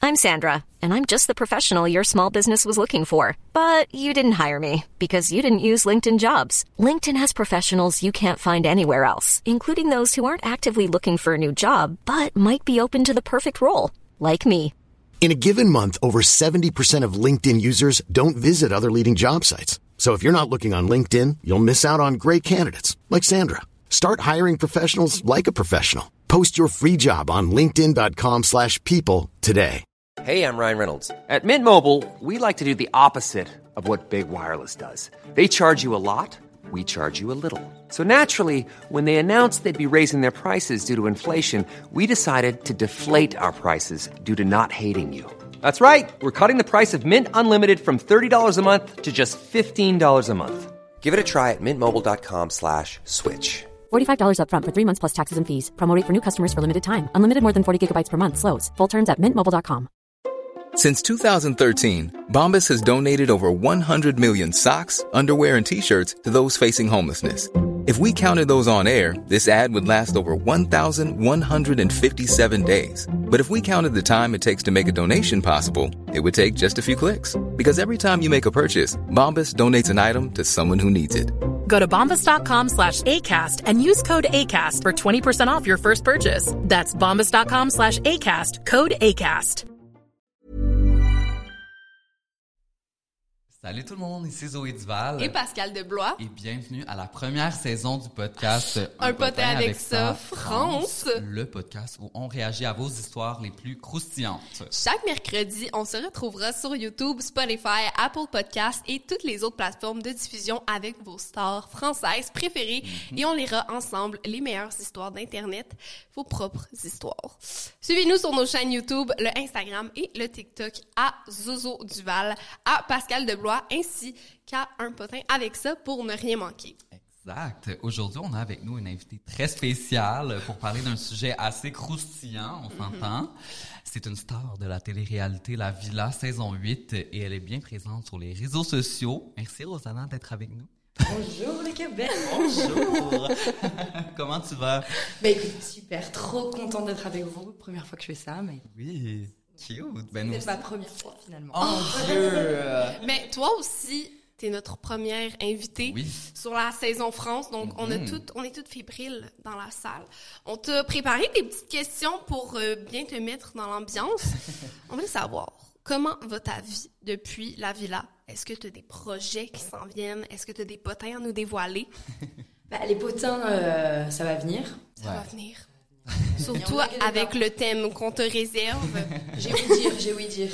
I'm Sandra, and I'm just the professional your small business was looking for. But you didn't hire me because you didn't use LinkedIn Jobs. LinkedIn has professionals you can't find anywhere else, including those who aren't actively looking for a new job, but might be open to the perfect role, like me. In a given month, over 70% of LinkedIn users don't visit other leading job sites. So if you're not looking on LinkedIn, you'll miss out on great candidates like Sandra. Start hiring professionals like a professional. Post your free job on linkedin.com/people today. Hey, I'm Ryan Reynolds. At Mint Mobile, we like to do the opposite of what Big Wireless does. They charge you a lot, we charge you a little. So naturally, when they announced they'd be raising their prices due to inflation, we decided to deflate our prices due to not hating you. That's right. We're cutting the price of Mint Unlimited from $30 a month to just $15 a month. Give it a try at mintmobile.com/switch. $45 up front for 3 months plus taxes and fees. Promo rate for new customers for limited time. Unlimited more than 40 gigabytes per month slows. Full terms at mintmobile.com. Since 2013, Bombas has donated over 100 million socks, underwear, and T-shirts to those facing homelessness. If we counted those on air, this ad would last over 1,157 days. But if we counted the time it takes to make a donation possible, it would take just a few clicks. Because every time you make a purchase, Bombas donates an item to someone who needs it. Go to bombas.com/ACAST and use code ACAST for 20% off your first purchase. That's bombas.com/ACAST, code ACAST. Salut tout le monde, ici Zoé Duval. Et Pascal Deblois. Et bienvenue à la première saison du podcast Un potin avec ça, France. Le podcast où on réagit à vos histoires les plus croustillantes. Chaque mercredi, on se retrouvera sur YouTube, Spotify, Apple Podcasts et toutes les autres plateformes de diffusion avec vos stars françaises préférées. Et on lira ensemble les meilleures histoires d'Internet, vos propres histoires. Suivez-nous sur nos chaînes YouTube, le Instagram et le TikTok à Zozo Duval, à Pascal Deblois, ainsi qu'à Un potin avec ça pour ne rien manquer. Exact. Aujourd'hui, on a avec nous une invitée très spéciale pour parler d'un sujet assez croustillant, on s'entend. C'est une star de la télé-réalité La Villa, saison 8, et elle est bien présente sur les réseaux sociaux. Merci Rosanna d'être avec nous. Bonjour le Québec. Bonjour. Comment tu vas? Ben écoute, super, trop contente d'être avec vous. Première fois que je fais ça, mais... Oui, cute. C'est ma première fois finalement. Oh Dieu! Mais toi aussi, t'es notre première invitée sur la saison France, donc on est toutes fébriles dans la salle. On t'a préparé des petites questions pour bien te mettre dans l'ambiance. On veut savoir, comment va ta vie depuis la Villa? Est-ce que tu as des projets qui s'en viennent? Est-ce que tu as des potins à nous dévoiler? Les potins, ça va venir. Ça va venir. Surtout avec le thème qu'on te réserve. J'ai ouï dire.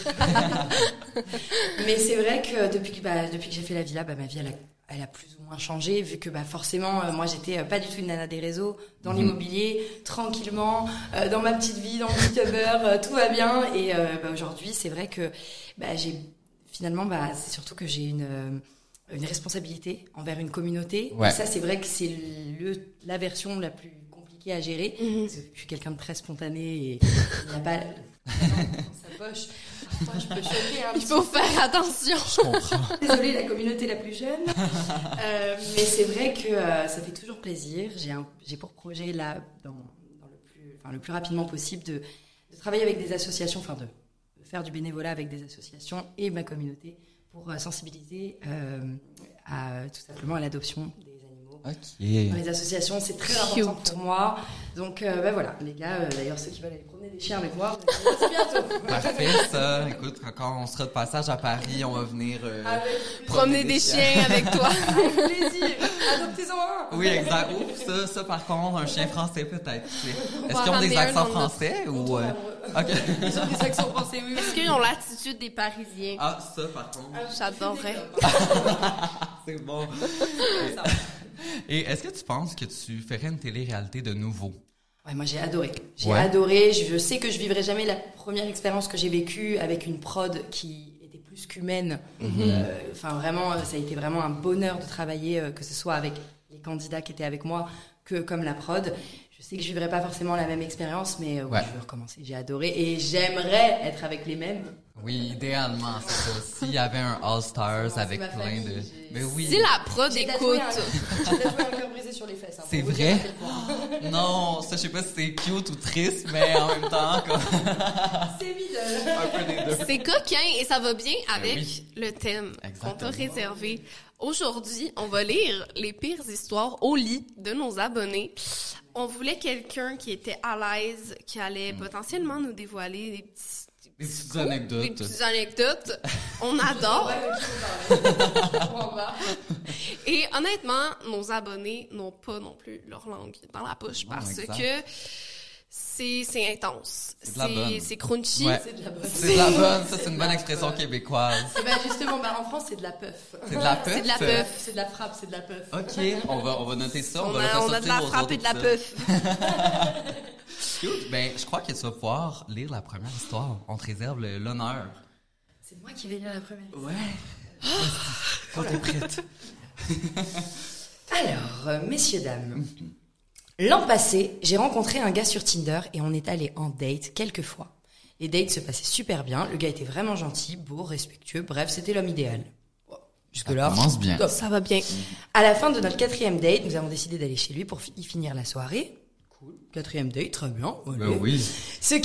Mais c'est vrai que depuis que j'ai fait la Villa, ma vie elle a plus ou moins changé, vu que forcément moi j'étais pas du tout une nana des réseaux, dans l'immobilier, tranquillement, dans ma petite vie, dans le youtubeur, tout va bien. Et aujourd'hui c'est vrai que j'ai finalement c'est surtout que j'ai une responsabilité envers une communauté. Ouais. Et ça c'est vrai que c'est la version la plus à gérer. Parce que je suis quelqu'un de très spontané et il n'y a pas dans sa poche. Parfois, je peux choquer un Il faut faire attention. Je comprends. Désolée, la communauté la plus jeune. Mais c'est vrai que ça fait toujours plaisir. J'ai pour projet là, le plus rapidement possible de travailler avec des associations, de faire du bénévolat avec des associations et ma communauté pour sensibiliser tout simplement à l'adoption des Okay. Dans les associations, c'est très important pour moi. Donc, voilà, les gars, d'ailleurs, ceux qui veulent aller promener des chiens avec moi, c'est bientôt. Parfait, ça. Écoute, quand on sera de passage à Paris, on va venir promener des chiens avec toi. Avec plaisir. Adoptez-en un. Oui, exact. Ouf, ça, par contre, un chien français, peut-être. Est-ce qu'ils ont des accents français ou... OK. Ils ont des accents français, oui. Est-ce qu'ils ont l'attitude des Parisiens? Ah, ça, par contre. J'adorerais. C'est bon. Et est-ce que tu penses que tu ferais une télé-réalité de nouveau? Ouais, moi j'ai adoré. Adoré. Je sais que je vivrai jamais la première expérience que j'ai vécue avec une prod qui était plus qu'humaine. Vraiment, ça a été vraiment un bonheur de travailler, que ce soit avec les candidats qui étaient avec moi, que comme la prod. Je sais que je vivrai pas forcément la même expérience, mais Ouais. je veux recommencer. J'ai adoré et j'aimerais être avec les mêmes. Oui, idéalement, c'est ça. S'il y avait un All-Stars C'est avec ma plein famille, de... j'ai- Mais oui. Si la prod J'ai écoute. tatoué un cœur brisé sur les fesses. Hein, C'est pour vous vrai? dire à quel point. Non, ça, je sais pas si c'est cute ou triste, mais en même temps, comme... C'est vide. un peu des deux. C'est coquin et ça va bien avec oui. le thème qu'on t'a Exactement. réservé. Aujourd'hui, on va lire les pires histoires au lit de nos abonnés. On voulait quelqu'un qui était à l'aise, qui allait potentiellement nous dévoiler Des petites anecdotes. des petites anecdotes. On adore. Et honnêtement, nos abonnés n'ont pas non plus leur langue dans la poche parce exact. que c'est intense. C'est de la bonne. C'est crunchy. Ouais. C'est de la bonne. C'est de la bonne, ça, c'est une bonne expression québécoise. Et ben justement, en France, c'est de la puff. C'est de la puff? C'est de la puff. C'est de la frappe, c'est de la puff. OK, on va noter ça. On va le a faire de la sortir aux frappe autres et de la épisodes. puff. Cute. Ben, je crois que tu vas pouvoir lire la première histoire. On te réserve l'honneur. C'est moi qui vais lire la première. Ouais. Quand t'es prête. Alors, messieurs, dames. L'an passé, j'ai rencontré un gars sur Tinder et on est allé en date quelques fois. Les dates se passaient super bien, le gars était vraiment gentil, beau, respectueux, bref, c'était l'homme idéal. Jusque-là, commence bien. top. Ça va bien. À la fin de notre 4e date, nous avons décidé d'aller chez lui pour y finir la soirée. Cool. 4e date, très bien. Ben allez. oui. Ce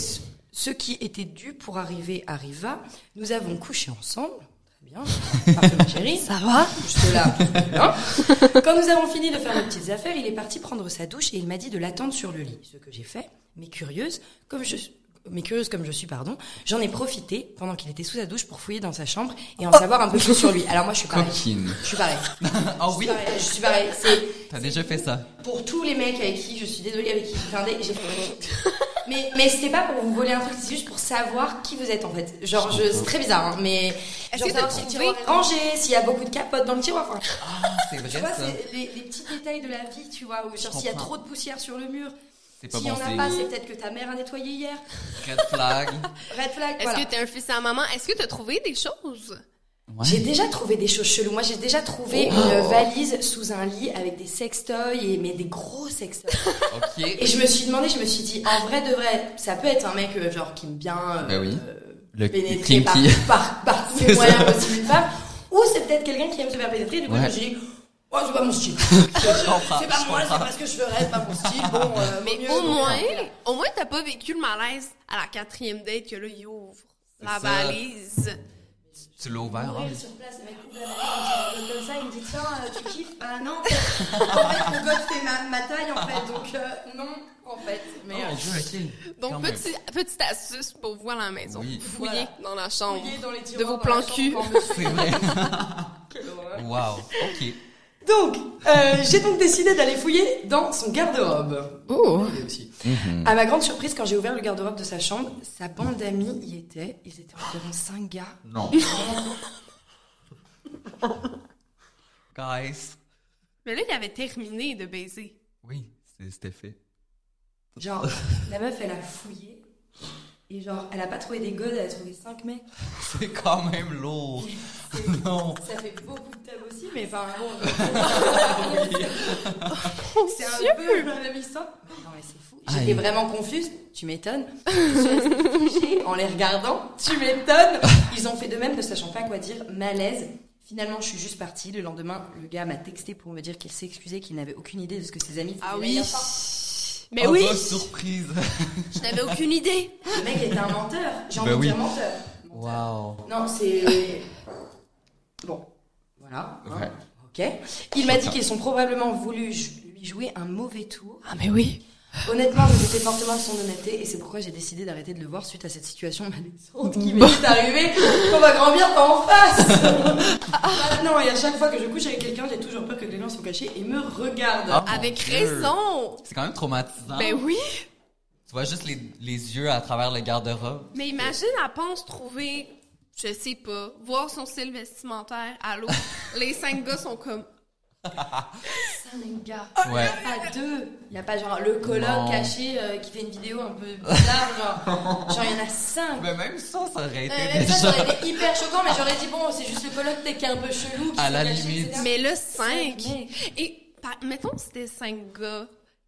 qui était dû pour arriver arriva. Nous avons couché ensemble. Très bien. Parfait, ma chérie. Ça va? Jusque-là, tout va bien. Quand nous avons fini de faire nos petites affaires, il est parti prendre sa douche et il m'a dit de l'attendre sur le lit. Ce que j'ai fait, mais curieuse comme je suis, j'en ai profité pendant qu'il était sous sa douche pour fouiller dans sa chambre et en savoir un peu plus sur lui. Alors moi, je suis pareil. Coquine. Je suis pareil. Ah oui? Je suis pareil. C'est T'as déjà fait ça? pour tous les mecs avec qui je suis désolée, avec qui j'ai fait un date, j'ai fait mais c'était pas pour vous voler un truc, c'est juste pour savoir qui vous êtes en fait. Genre, c'est très bizarre, hein, mais Est-ce genre que t'as savoir si le trouvé- tiroir est rangé, s'il y a beaucoup de capotes dans le tiroir. Enfin, Ah, c'est tu vrai vois, ça. c'est les petits détails de la vie, tu vois, où genre s'il y a comprends. trop de poussière sur le mur, C'est pas s'il y bon en a signe. pas, c'est peut-être que ta mère a nettoyé hier. Red flag. Red flag, Est-ce voilà. que t'es un fils à maman? Est-ce que t'as trouvé des choses? Ouais. J'ai déjà trouvé des choses cheloues. Moi, j'ai déjà trouvé une valise sous un lit avec des sextoys, mais des gros sextoys. OK. Et je me suis dit, en vrai de vrai, ça peut être un mec genre qui aime bien Ben oui. Le pénétrer kinky. par tous les C'est moyens ça. possibles une femme, ou c'est peut-être quelqu'un qui aime se faire pénétrer. Du coup, Ouais. je me suis dit, oh, c'est pas mon style. comprends, C'est pas je moi, c'est comprends. pas ce que je ferais, c'est pas mon style. Bon, Mais vaut mieux, au moins, t'as pas vécu le malaise à la 4e date que là, il ouvre la ça. valise. Tu l'as ouvert, hein? mourir sur place, le mec ouvre la valise, comme ça, il me dit tiens, tu kiffes? Ah non, en fait, le gars fait ma taille en fait, donc non, en fait. Mais Oh mon Dieu, OK. Donc, Quand même. petite astuce pour vous à la maison. Oui. Fouillez dans la chambre. fouiller dans les de tiroirs vos dans plans la chambre cul. quand monsieur- C'est vrai. Quelle horreur. Wow. OK. Donc, j'ai donc décidé d'aller fouiller dans son garde-robe. Oh! Aussi. À ma grande surprise, quand j'ai ouvert le garde-robe de sa chambre, sa bande d'amis y était. Ils étaient environ 5 gars. Non. Guys. Mais là, il avait terminé de baiser. Oui, c'était fait. Genre, la meuf, elle a fouillé. Et genre, elle a pas trouvé des godes, elle a trouvé 5 mecs. C'est quand même lourd. Non. Ça fait beaucoup de tables aussi, mais enfin bon. C'est un peu la même histoire. Non mais c'est fou. J'étais Aïe. vraiment confuse, tu m'étonnes. Je suis restée fichée en les regardant, tu m'étonnes. Ils ont fait de même, ne sachant pas quoi dire, malaise. Finalement, je suis juste partie. Le lendemain, le gars m'a texté pour me dire qu'il s'excusait, qu'il n'avait aucune idée de ce que ses amis faisaient. Ah la oui! dernière fois. Mais Oh, oui! bah, surprise. Je n'avais aucune idée. Le mec était un menteur. J'ai envie Ben de oui. dire menteur. Wow. Non, c'est... Bon, voilà. hein. Ouais. Ok. Il m'a dit qu'ils ont probablement voulu lui jouer un mauvais tour. Ah, mais oui! Honnêtement, je doutais fortement de son honnêteté et c'est pourquoi j'ai décidé d'arrêter de le voir suite à cette situation malaisante qui m'est arrivée qu'on va grand-mère en face. Maintenant, et à chaque fois que je couche avec quelqu'un, j'ai toujours peur que quelqu'un soit caché et me regarde. Ah, mon Avec Dieu. raison! C'est quand même traumatisant. Ben oui! Tu vois juste les yeux à travers le garde-robe. Mais imagine, elle pense trouver, je sais pas, voir son style vestimentaire à l'eau. Les 5 gars sont comme... 5 gars. Ouais. Pas 2. Il y a pas genre le coloc Non. caché qui fait une vidéo un peu bizarre. Genre il y en a 5. Mais même ça aurait été Même ça, déjà... ça aurait été hyper choquant, mais j'aurais dit bon, c'est juste le coloc qui est un peu chelou. Qui À s'est la caché, limite. etc. Mais le 5... Cinq mecs. Et mettons que c'était 5 gars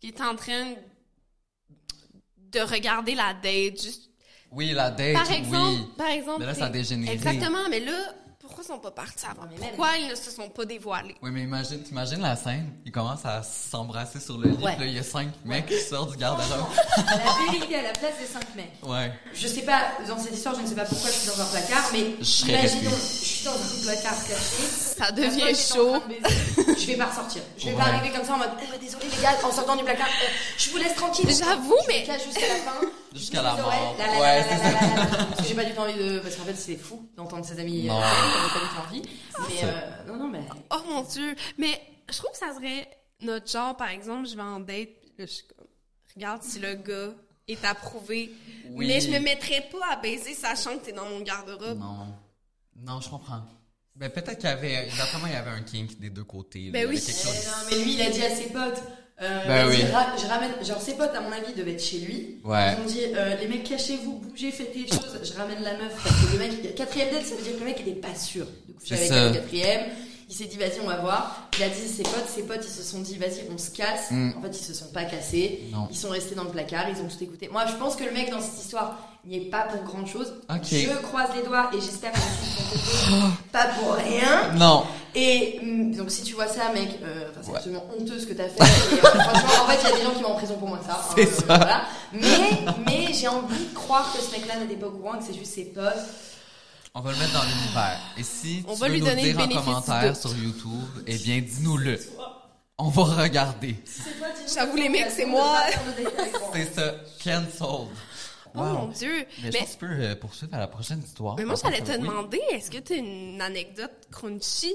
qui est en train de regarder la date, juste... Oui, la date, Par exemple... Mais là, ça a dégénéré. Exactement, mais là, pourquoi ils sont pas partis avant? Pourquoi ils ne se sont pas dévoilés? Oui, mais t'imagines la scène? Ils commencent à s'embrasser sur le lit, puis là, il y a 5 mecs qui sortent du garde-robe. La vérité à la place des 5 mecs. Ouais. Je sais pas, dans cette histoire, je ne sais pas pourquoi je suis dans un placard, mais imaginons, je suis dans un placard caché. Ça devient chaud. Je vais pas ressortir. Je vais pas arriver comme ça en mode, désolé les gars, en sortant du placard, je vous laisse tranquille. J'avoue, mais... Je jusqu'à la fin. Jusqu'à la mort. Ouais, c'est ça. Parce que j'ai pas du tout envie de... Parce qu'en fait, c'est fou d'entendre ses amis. Non. Pas du tout envie. Mais non, mais... Oh mon Dieu. Mais je trouve que ça serait notre genre, par exemple, je vais en date, là, je suis comme, regarde si le gars est approuvé. Oui. Mais je me mettrais pas à baiser sachant que t'es dans mon garde-robe. Non, je comprends. Ben, peut-être qu'il y avait... Exactement, il y avait un kink des deux côtés. Ben oui. Non, mais lui, il a dit à ses potes... oui. Je ramène, genre ses potes à mon avis devaient être chez lui. Ouais. Ils ont dit les mecs cachez-vous, bougez, faites des choses. Je ramène la meuf parce que le mec quatrième date, ça veut dire que le mec était pas sûr de coucher avec le quatrième. Il s'est dit vas-y on va voir. Il a dit ses potes ils se sont dit vas-y on se casse. En fait ils se sont pas cassés. Non. Ils sont restés dans le placard, ils ont tout écouté. Moi je pense que le mec dans cette histoire n'y est pas pour grand chose. Okay. Je croise les doigts et j'espère qu'il est de son côté pas pour rien. Non. Et donc si tu vois ça mec, c'est absolument honteux ce que t'as fait. Et, franchement en fait il y a des gens qui vont en prison pour moins que ça. C'est ça. Voilà. Mais j'ai envie de croire que ce mec-là n'était pas au courant, que c'est juste ses potes. On va le mettre dans l'univers. Et si on tu va veux lui nous donner dire le en bénéfice commentaire sur YouTube, eh bien, dis-nous-le. On va regarder. J'avoue, les mecs, c'est moi. C'est ça. Cancelled. Oh mon Dieu. Mais je pense que tu peux poursuivre à la prochaine histoire. Mais moi, j'allais te demander, est-ce que tu as une anecdote crunchy?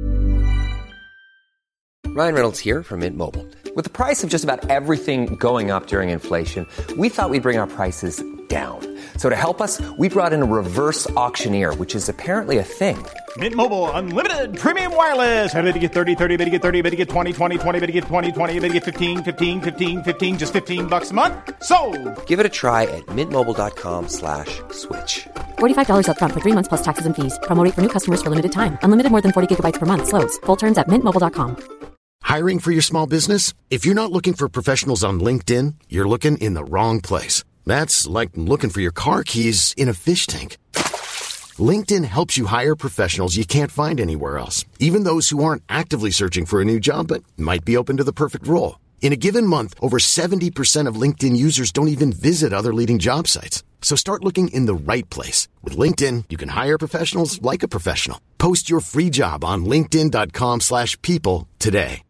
Ryan Reynolds here from Mint Mobile. With the price of just about everything going up during inflation, we thought we'd bring our prices down. So to help us, we brought in a reverse auctioneer, which is apparently a thing. Mint Mobile Unlimited Premium Wireless. How to get 30, 30, bit to get 30, bit to get 20, 20, 20, bit to get 20, 20, bit to get 15, 15, 15, 15, just $15 a month? Sold! Give it a try at mintmobile.com/switch. $45 up front for 3 months plus taxes and fees. Promo rate for new customers for limited time. Unlimited more than 40 gigabytes per month. Slows full terms at mintmobile.com. Hiring for your small business? If you're not looking for professionals on LinkedIn, you're looking in the wrong place. That's like looking for your car keys in a fish tank. LinkedIn helps you hire professionals you can't find anywhere else, even those who aren't actively searching for a new job but might be open to the perfect role. In a given month, over 70% of LinkedIn users don't even visit other leading job sites. So start looking in the right place. With LinkedIn, you can hire professionals like a professional. Post your free job on linkedin.com/people today.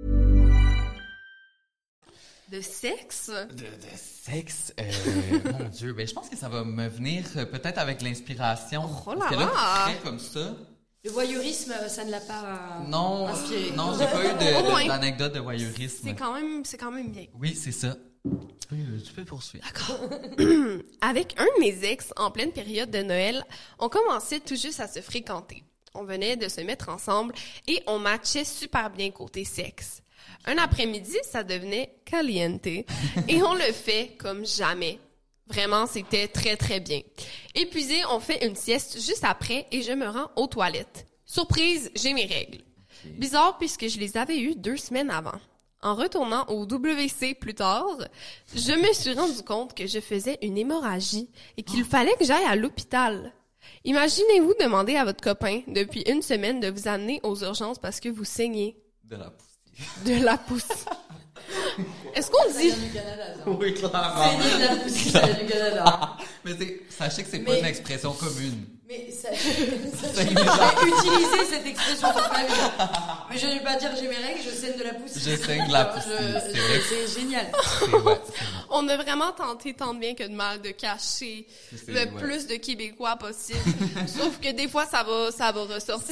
De sexe? De sexe? Mon Dieu, ben je pense que ça va me venir peut-être avec l'inspiration. Oh là parce que là, là! tu comme ça. Le voyeurisme, ça ne l'a pas inspiré. Non, j'ai pas eu d'anecdote de voyeurisme. C'est quand même bien. Oui, c'est ça. Tu peux poursuivre. D'accord. Avec un de mes ex, en pleine période de Noël, on commençait tout juste à se fréquenter. On venait de se mettre ensemble et on matchait super bien côté sexe. Un après-midi, ça devenait caliente et on le fait comme jamais. Vraiment, c'était très, très bien. Épuisé, on fait une sieste juste après et je me rends aux toilettes. Surprise, j'ai mes règles. Bizarre puisque je les avais eues 2 semaines avant. En retournant au WC plus tard, je me suis rendu compte que je faisais une hémorragie et qu'il fallait que j'aille à l'hôpital. Imaginez-vous demander à votre copain depuis 1 semaine de vous amener aux urgences parce que vous saignez. De la poussière. De la poussière. Est-ce qu'on dit... du Canada, ça. Oui, clairement. C'est de la poussière du Canada. Mais sachez que c'est pas une expression commune. Mais ça, j'ai utilisé cette expression toute ma vie. Mais je ne vais pas dire j'ai mes règles, je saigne de la poussière. Je saigne de la poussière. C'est génial. On a vraiment tenté tant de bien que de mal de cacher plus de Québécois possible. Sauf que des fois, ça va ressortir.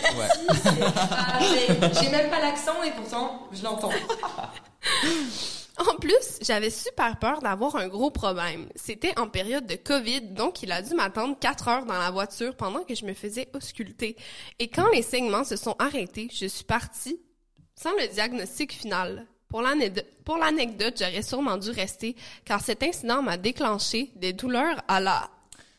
J'ai même pas l'accent et pourtant, je l'entends. En plus, j'avais super peur d'avoir un gros problème. C'était en période de COVID, donc il a dû m'attendre 4 heures dans la voiture pendant que je me faisais ausculter. Et quand les saignements se sont arrêtés, je suis partie sans le diagnostic final. Pour l'anecdote, j'aurais sûrement dû rester, car cet incident m'a déclenché des douleurs à la...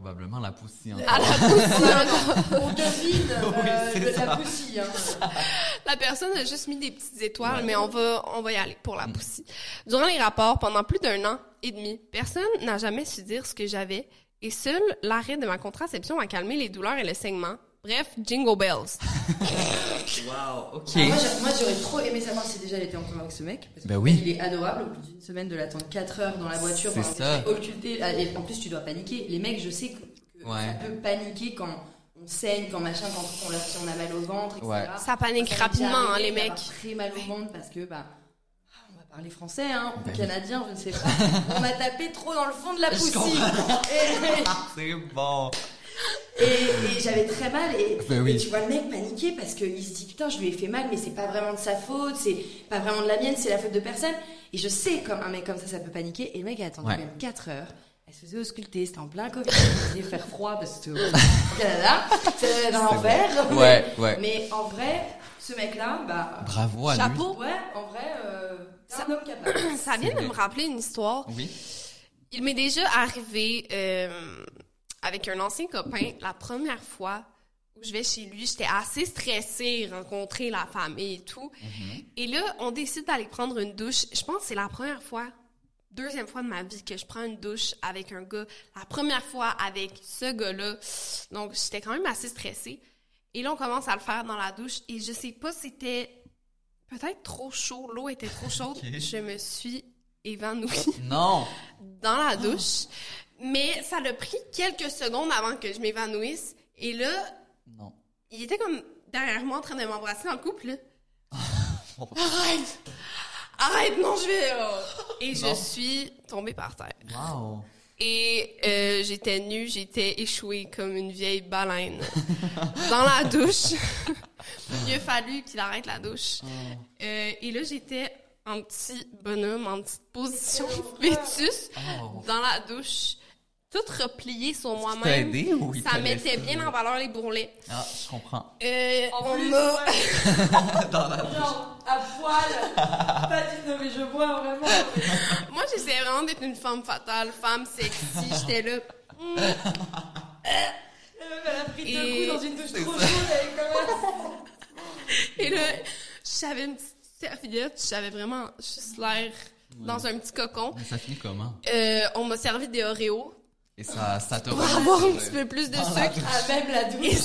probablement la poussie. À la poussie. On devine c'est la ça. poussie. Hein. La personne a juste mis des petites étoiles, mais on va y aller pour la poussie. Durant les rapports, pendant plus d'1 an et demi, personne n'a jamais su dire ce que j'avais et seul l'arrêt de ma contraception a calmé les douleurs et le saignement. Bref, jingle bells. Wow, ok. Moi, j'aurais trop aimé savoir si déjà elle était encore avec ce mec. Parce que oui. il est adorable. Au bout d'une semaine de l'attendre 4 heures dans la voiture. C'est ça. Occulté. Et en plus, tu dois paniquer. Les mecs, je sais que ça peut paniquer quand on saigne, quand machin, quand si on a mal au ventre, etc. Ouais. Ça panique rapidement, hein, les mecs. Très mal au ventre parce que, on va parler français, hein, ou canadien, je ne sais pas. On m'a tapé trop dans le fond de la poussie. C'est bon. Et j'avais très mal et tu vois le mec paniquer parce qu'il se dit putain je lui ai fait mal mais c'est pas vraiment de sa faute, c'est pas vraiment de la mienne, c'est la faute de personne. Et je sais comme un mec comme ça peut paniquer. Et le mec a attendu même 4 heures. Elle se faisait ausculter, c'était en plein Covid, il faisait faire froid parce que au Canada, c'est dans l'enfer. Ouais. Mais en vrai, ce mec-là, bravo à chapeau. lui. Ouais, en vrai, c'est un homme capable. Ça vient de me rappeler une histoire. Oui. Il m'est déjà arrivé avec un ancien copain, la première fois où je vais chez lui, j'étais assez stressée, rencontrer la famille et tout. Mm-hmm. Et là, on décide d'aller prendre une douche. Je pense que c'est la première fois, deuxième fois de ma vie que je prends une douche avec un gars. La première fois avec ce gars-là. Donc, j'étais quand même assez stressée. Et là, on commence à le faire dans la douche. Et je sais pas, c'était peut-être trop chaud. L'eau était trop chaude. Okay. Je me suis évanouie. Non! Dans la douche. Mais ça l'a pris quelques secondes avant que je m'évanouisse. Et là, non. Il était comme derrière moi en train de m'embrasser dans le couple. Là. Arrête, non, je vais... Et je suis tombée par terre. Wow. Et j'étais nue, j'étais échouée comme une vieille baleine dans la douche. Il a fallu qu'il arrête la douche. Et là, j'étais en petit bonhomme, en petite position fœtus dans la douche. Tout replié sur moi-même. T'as aidé ou il ça mettait bien en valeur les bourrelets. Ah, je comprends. On m'a... dans la genre, à poil. Pas dit non, mais je vois vraiment. Moi, j'essayais vraiment d'être une femme fatale, femme sexy. J'étais là. Elle a pris 2 coups dans une douche trop chaude avec comme Et là, j'avais une petite serviette. J'avais vraiment juste l'air dans un petit cocon. Mais ça finit comment? On m'a servi des Oreos. Et ça te pour avoir un petit peu plus de sucre. Même la douche.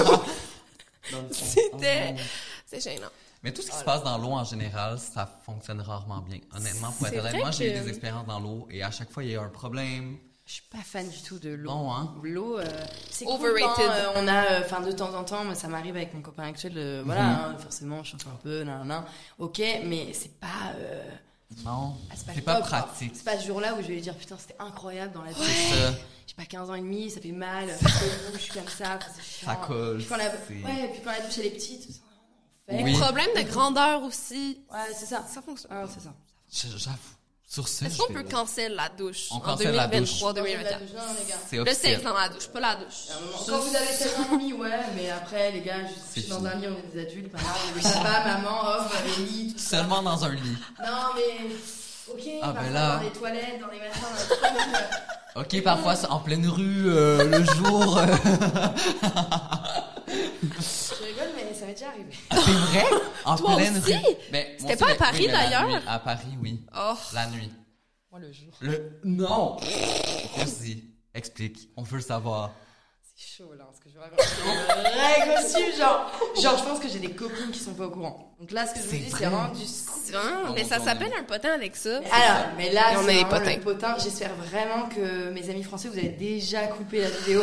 C'est gênant. Mais tout ce qui se passe dans l'eau en général, ça fonctionne rarement bien. Honnêtement, pour être honnête, moi j'ai eu des expériences dans l'eau et à chaque fois il y a eu un problème. Je suis pas fan du tout de l'eau. Non, hein? L'eau, c'est overrated. Cool quand, on a, de temps en temps, moi ça m'arrive avec mon copain actuel, voilà, forcément, je chante un peu, ok, mais c'est pas. Non, c'est pas pratique. C'est pas ce jour-là où je vais lui dire putain c'était incroyable dans la douche. J'ai pas 15 ans et demi, ça fait mal, je suis comme ça, c'est ça colle. Puis quand la douche elle est petite, les problèmes de grandeur aussi. Ouais, c'est ça. Ça fonctionne. Ah, c'est ça. J'avoue. Sur ce, est-ce qu'on peut cancel la douche en 2023, 2024? C'est le sexe dans la douche, pas la douche. Quand vous avez 7 ans et demi, ouais, mais après, les gars, je suis dans un lit, on est des adultes, papa, maman, les lits. Seulement dans un lit. Non, mais, ok, parfois dans les toilettes, dans les machins, ok, parfois en pleine rue, le jour. Je rigole, mais ça m'est déjà arrivé. C'est vrai? En toi pleine aussi? rue. C'était pas à Paris, d'ailleurs? Nuit, à Paris, oui. Oh. La nuit. Moi, le jour. Non! Vas-y, explique. On veut le savoir. C'est chaud, là, ce que je raconte. Règle aussi, genre, je pense que j'ai des copines qui sont pas au courant. Donc là, ce que je vous dis, c'est vraiment du... mais ça s'appelle un potin avec ça. Alors, mais là, c'est vraiment le potin. J'espère vraiment que mes amis français, vous avez déjà coupé la vidéo.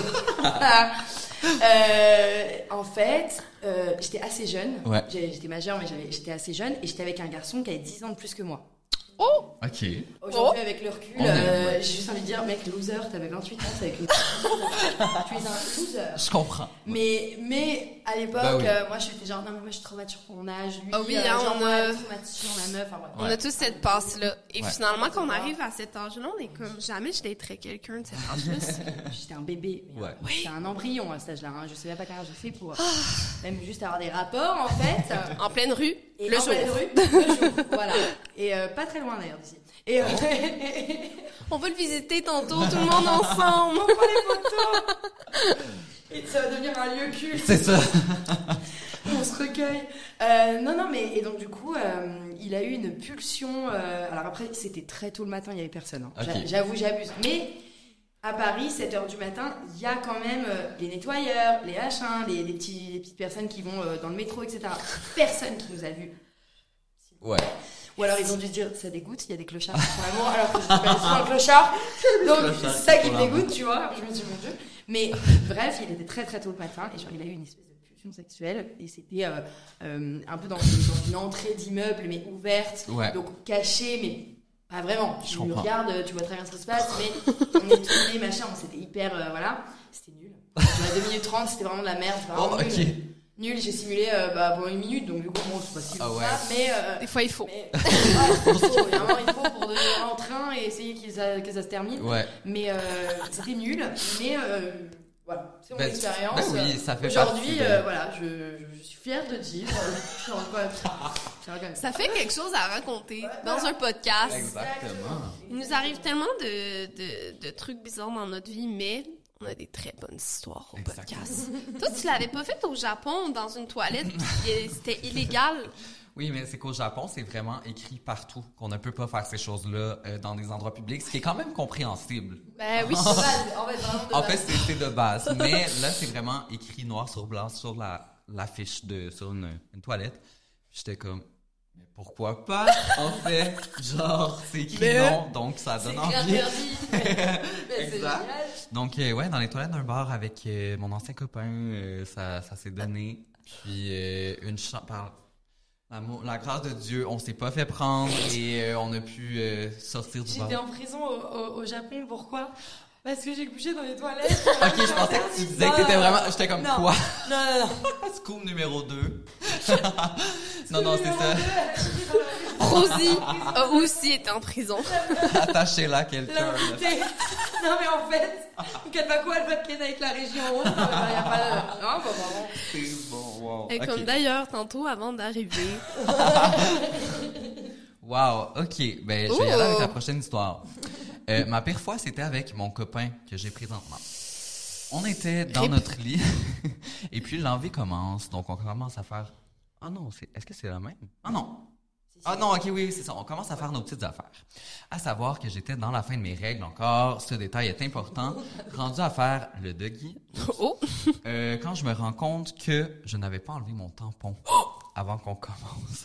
En fait, j'étais assez jeune. Ouais. J'étais majeure, mais j'étais assez jeune. Et j'étais avec un garçon qui avait 10 ans de plus que moi. Oh! Ok. Aujourd'hui, avec le recul, j'ai juste envie de dire, mec, loser, t'avais 28 ans, c'est avec le... Tu es un loser. Je comprends. Mais à l'époque, moi, j'étais genre, non, mais moi, je suis trop mature pour mon âge. Lui, oui, genre, moi, traumatisation, la meuf. On a tous cette passe-là. Et finalement, quand on arrive à cet âge-là, on est comme, jamais je daterais quelqu'un de cet âge-là. J'étais un bébé. J'étais un embryon à cet âge-là. Je savais pas comment j'ai fait pour même juste avoir des rapports, en fait. En pleine rue. Et le jour. Voilà. Et pas très loin d'ailleurs d'ici. Et On va le visiter tantôt, tout le monde ensemble. on prend les photos. Et ça va devenir un lieu culte. C'est ça. On se recueille. Non, mais et donc du coup, il a eu une pulsion. Alors après, c'était très tôt le matin, il y avait personne. Hein. Okay. J'avoue, j'abuse. Mais à Paris, 7h du matin, il y a quand même les nettoyeurs, les machins, les petites personnes qui vont dans le métro, etc. Personne qui nous a vus. Ouais. Ou alors ils ont dû se dire, ça dégoûte, il y a des clochards qui font l'amour, alors que je suis pas du tout un clochard. Donc c'est ça qui me dégoûte, tu vois. Je me dis, mon Dieu. Mais bref, il était très très tôt le matin et genre il a eu une espèce de pulsion sexuelle et c'était un peu dans une entrée d'immeuble mais ouverte, donc cachée mais pas vraiment. Tu me regardes, tu vois très bien ce qui se passe, mais on est tournés, machin, c'était hyper, voilà, c'était nul. À 2 minutes 30, c'était vraiment de la merde, vraiment nul, j'ai simulé pendant 1 minute, donc du coup, bon, c'est pas si long ça, mais... des fois, il faut. Mais, vraiment, il faut pour devenir en train et essayer que ça se termine. Ouais. Mais c'était nul, mais... voilà, c'est mon expérience. Oui, ça fait aujourd'hui, voilà, je suis fière de dire. Ça fait quelque chose à raconter dans un podcast. Exactement. Il nous arrive tellement de trucs bizarres dans notre vie, mais on a des très bonnes histoires au podcast. Toi, tu l'avais pas fait au Japon dans une toilette, c'était illégal. Oui, mais c'est qu'au Japon, c'est vraiment écrit partout qu'on ne peut pas faire ces choses-là dans des endroits publics, ce qui est quand même compréhensible. Ben oui, c'est ça. En fait, c'est de base. Mais là, c'est vraiment écrit noir sur blanc sur l'affiche sur une toilette. J'étais comme, mais pourquoi pas? En fait, genre, c'est écrit non, donc ça donne envie. C'est interdit. Mais c'est génial. Donc, dans les toilettes d'un bar avec mon ancien copain, ça s'est donné. Puis, par la grâce de Dieu, on s'est pas fait prendre et on a pu sortir du bar. J'étais en prison au Japon, pourquoi? Parce que j'ai couché dans les toilettes. Ok, je pensais que tu disais que t'étais vraiment... J'étais comme non. Quoi? Non. Scoop numéro 2. non, c'est ça. Rosie a aussi été en prison. Attachez-la quelqu'un. Non, mais en fait, Kalpako, elle va ken avec la région haute. Il n'y a pas de... Non, c'est bon, wow. Et comme d'ailleurs, tantôt, avant d'arriver... Wow, ok. Ben, je vais y aller avec la prochaine histoire. Ma pire fois, c'était avec mon copain que j'ai présentement. On était dans notre lit et puis l'envie commence. Donc, on commence à faire... Ah non, est-ce que c'est la même? Ah non. Ah non, ok, oui, c'est ça. On commence à faire nos petites affaires. À savoir que j'étais dans la fin de mes règles encore. Ce détail est important. Rendu à faire le doggy. Quand je me rends compte que je n'avais pas enlevé mon tampon avant qu'on commence.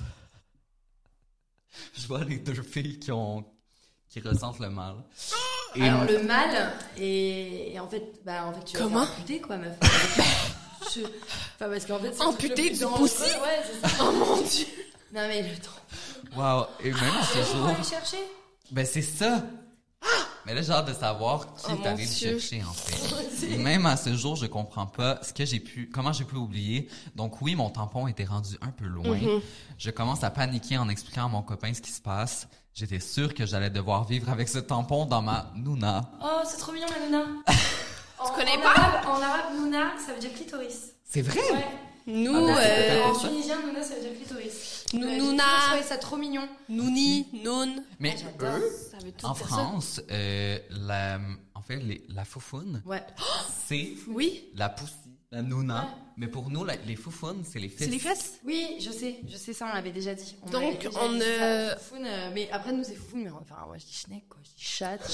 Je vois les 2 filles qui ressentent le mal. Et alors le mal et en fait tu vas amputer quoi meuf. Parce qu'en fait c'est amputer du poussi. Ouais, c'est ça. Oh mon Dieu. Non mais le temps. Wow, et même à ce jour. Aller chercher. Ben c'est ça. Mais là j'ai hâte de savoir qui est allé le chercher en fait. Et même à ce jour, je comprends pas comment j'ai pu oublier. Donc oui, mon tampon était rendu un peu loin. Mm-hmm. Je commence à paniquer en expliquant à mon copain ce qui se passe. J'étais sûre que j'allais devoir vivre avec ce tampon dans ma nouna. Oh, c'est trop mignon la nouna. Tu connais pas? En arabe, nouna, ça veut dire clitoris. C'est vrai? Ouais. Nous, en tunisien, nouna, ça veut dire clitoris. Nouna. Je trouvais ça trop mignon. Nouni, noun. Mais eux, en France, en fait, la foufoune, c'est la poussie, la nouna. Ouais. Mais pour nous, les foufounes, c'est les fesses. C'est les fesses? Oui, je sais ça, on l'avait déjà dit. Donc, Foufoune, mais après, nous, c'est foufoune, mais enfin, moi, je dis schneck, quoi. Je dis chatte.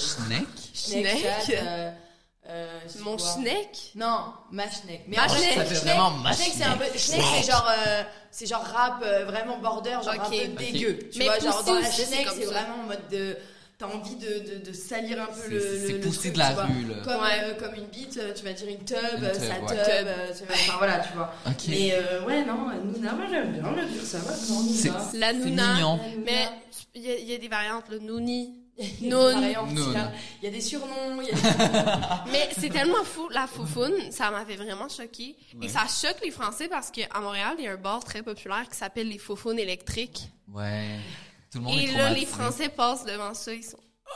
Schneck? Mon schneck? Non, ma schneck. Mais schneck. Ça fait vraiment ma schneck, c'est un peu, schneck, c'est genre rap, vraiment border, genre un peu dégueu. Tu vois, genre dans la schneck, c'est vraiment en mode de, t'as envie de salir un peu c'est le poussé truc, de la rue, là. Comme une bite, tu vas dire une tub, sa tub, enfin voilà, tu vois. Mais ouais, non, Nouna, moi j'aime bien le dire ça, Nouna. La Nouna. Mignon. Mais il y a des variantes, le Nouni. Non. Il y a des surnoms, Mais c'est tellement fou, la foufoune, ça m'avait vraiment choquée. Ouais. Et ça choque les Français parce qu'à Montréal, il y a un bar très populaire qui s'appelle les foufounes électriques. Ouais. Tout le monde et là, les Français passent devant ça, ils sont...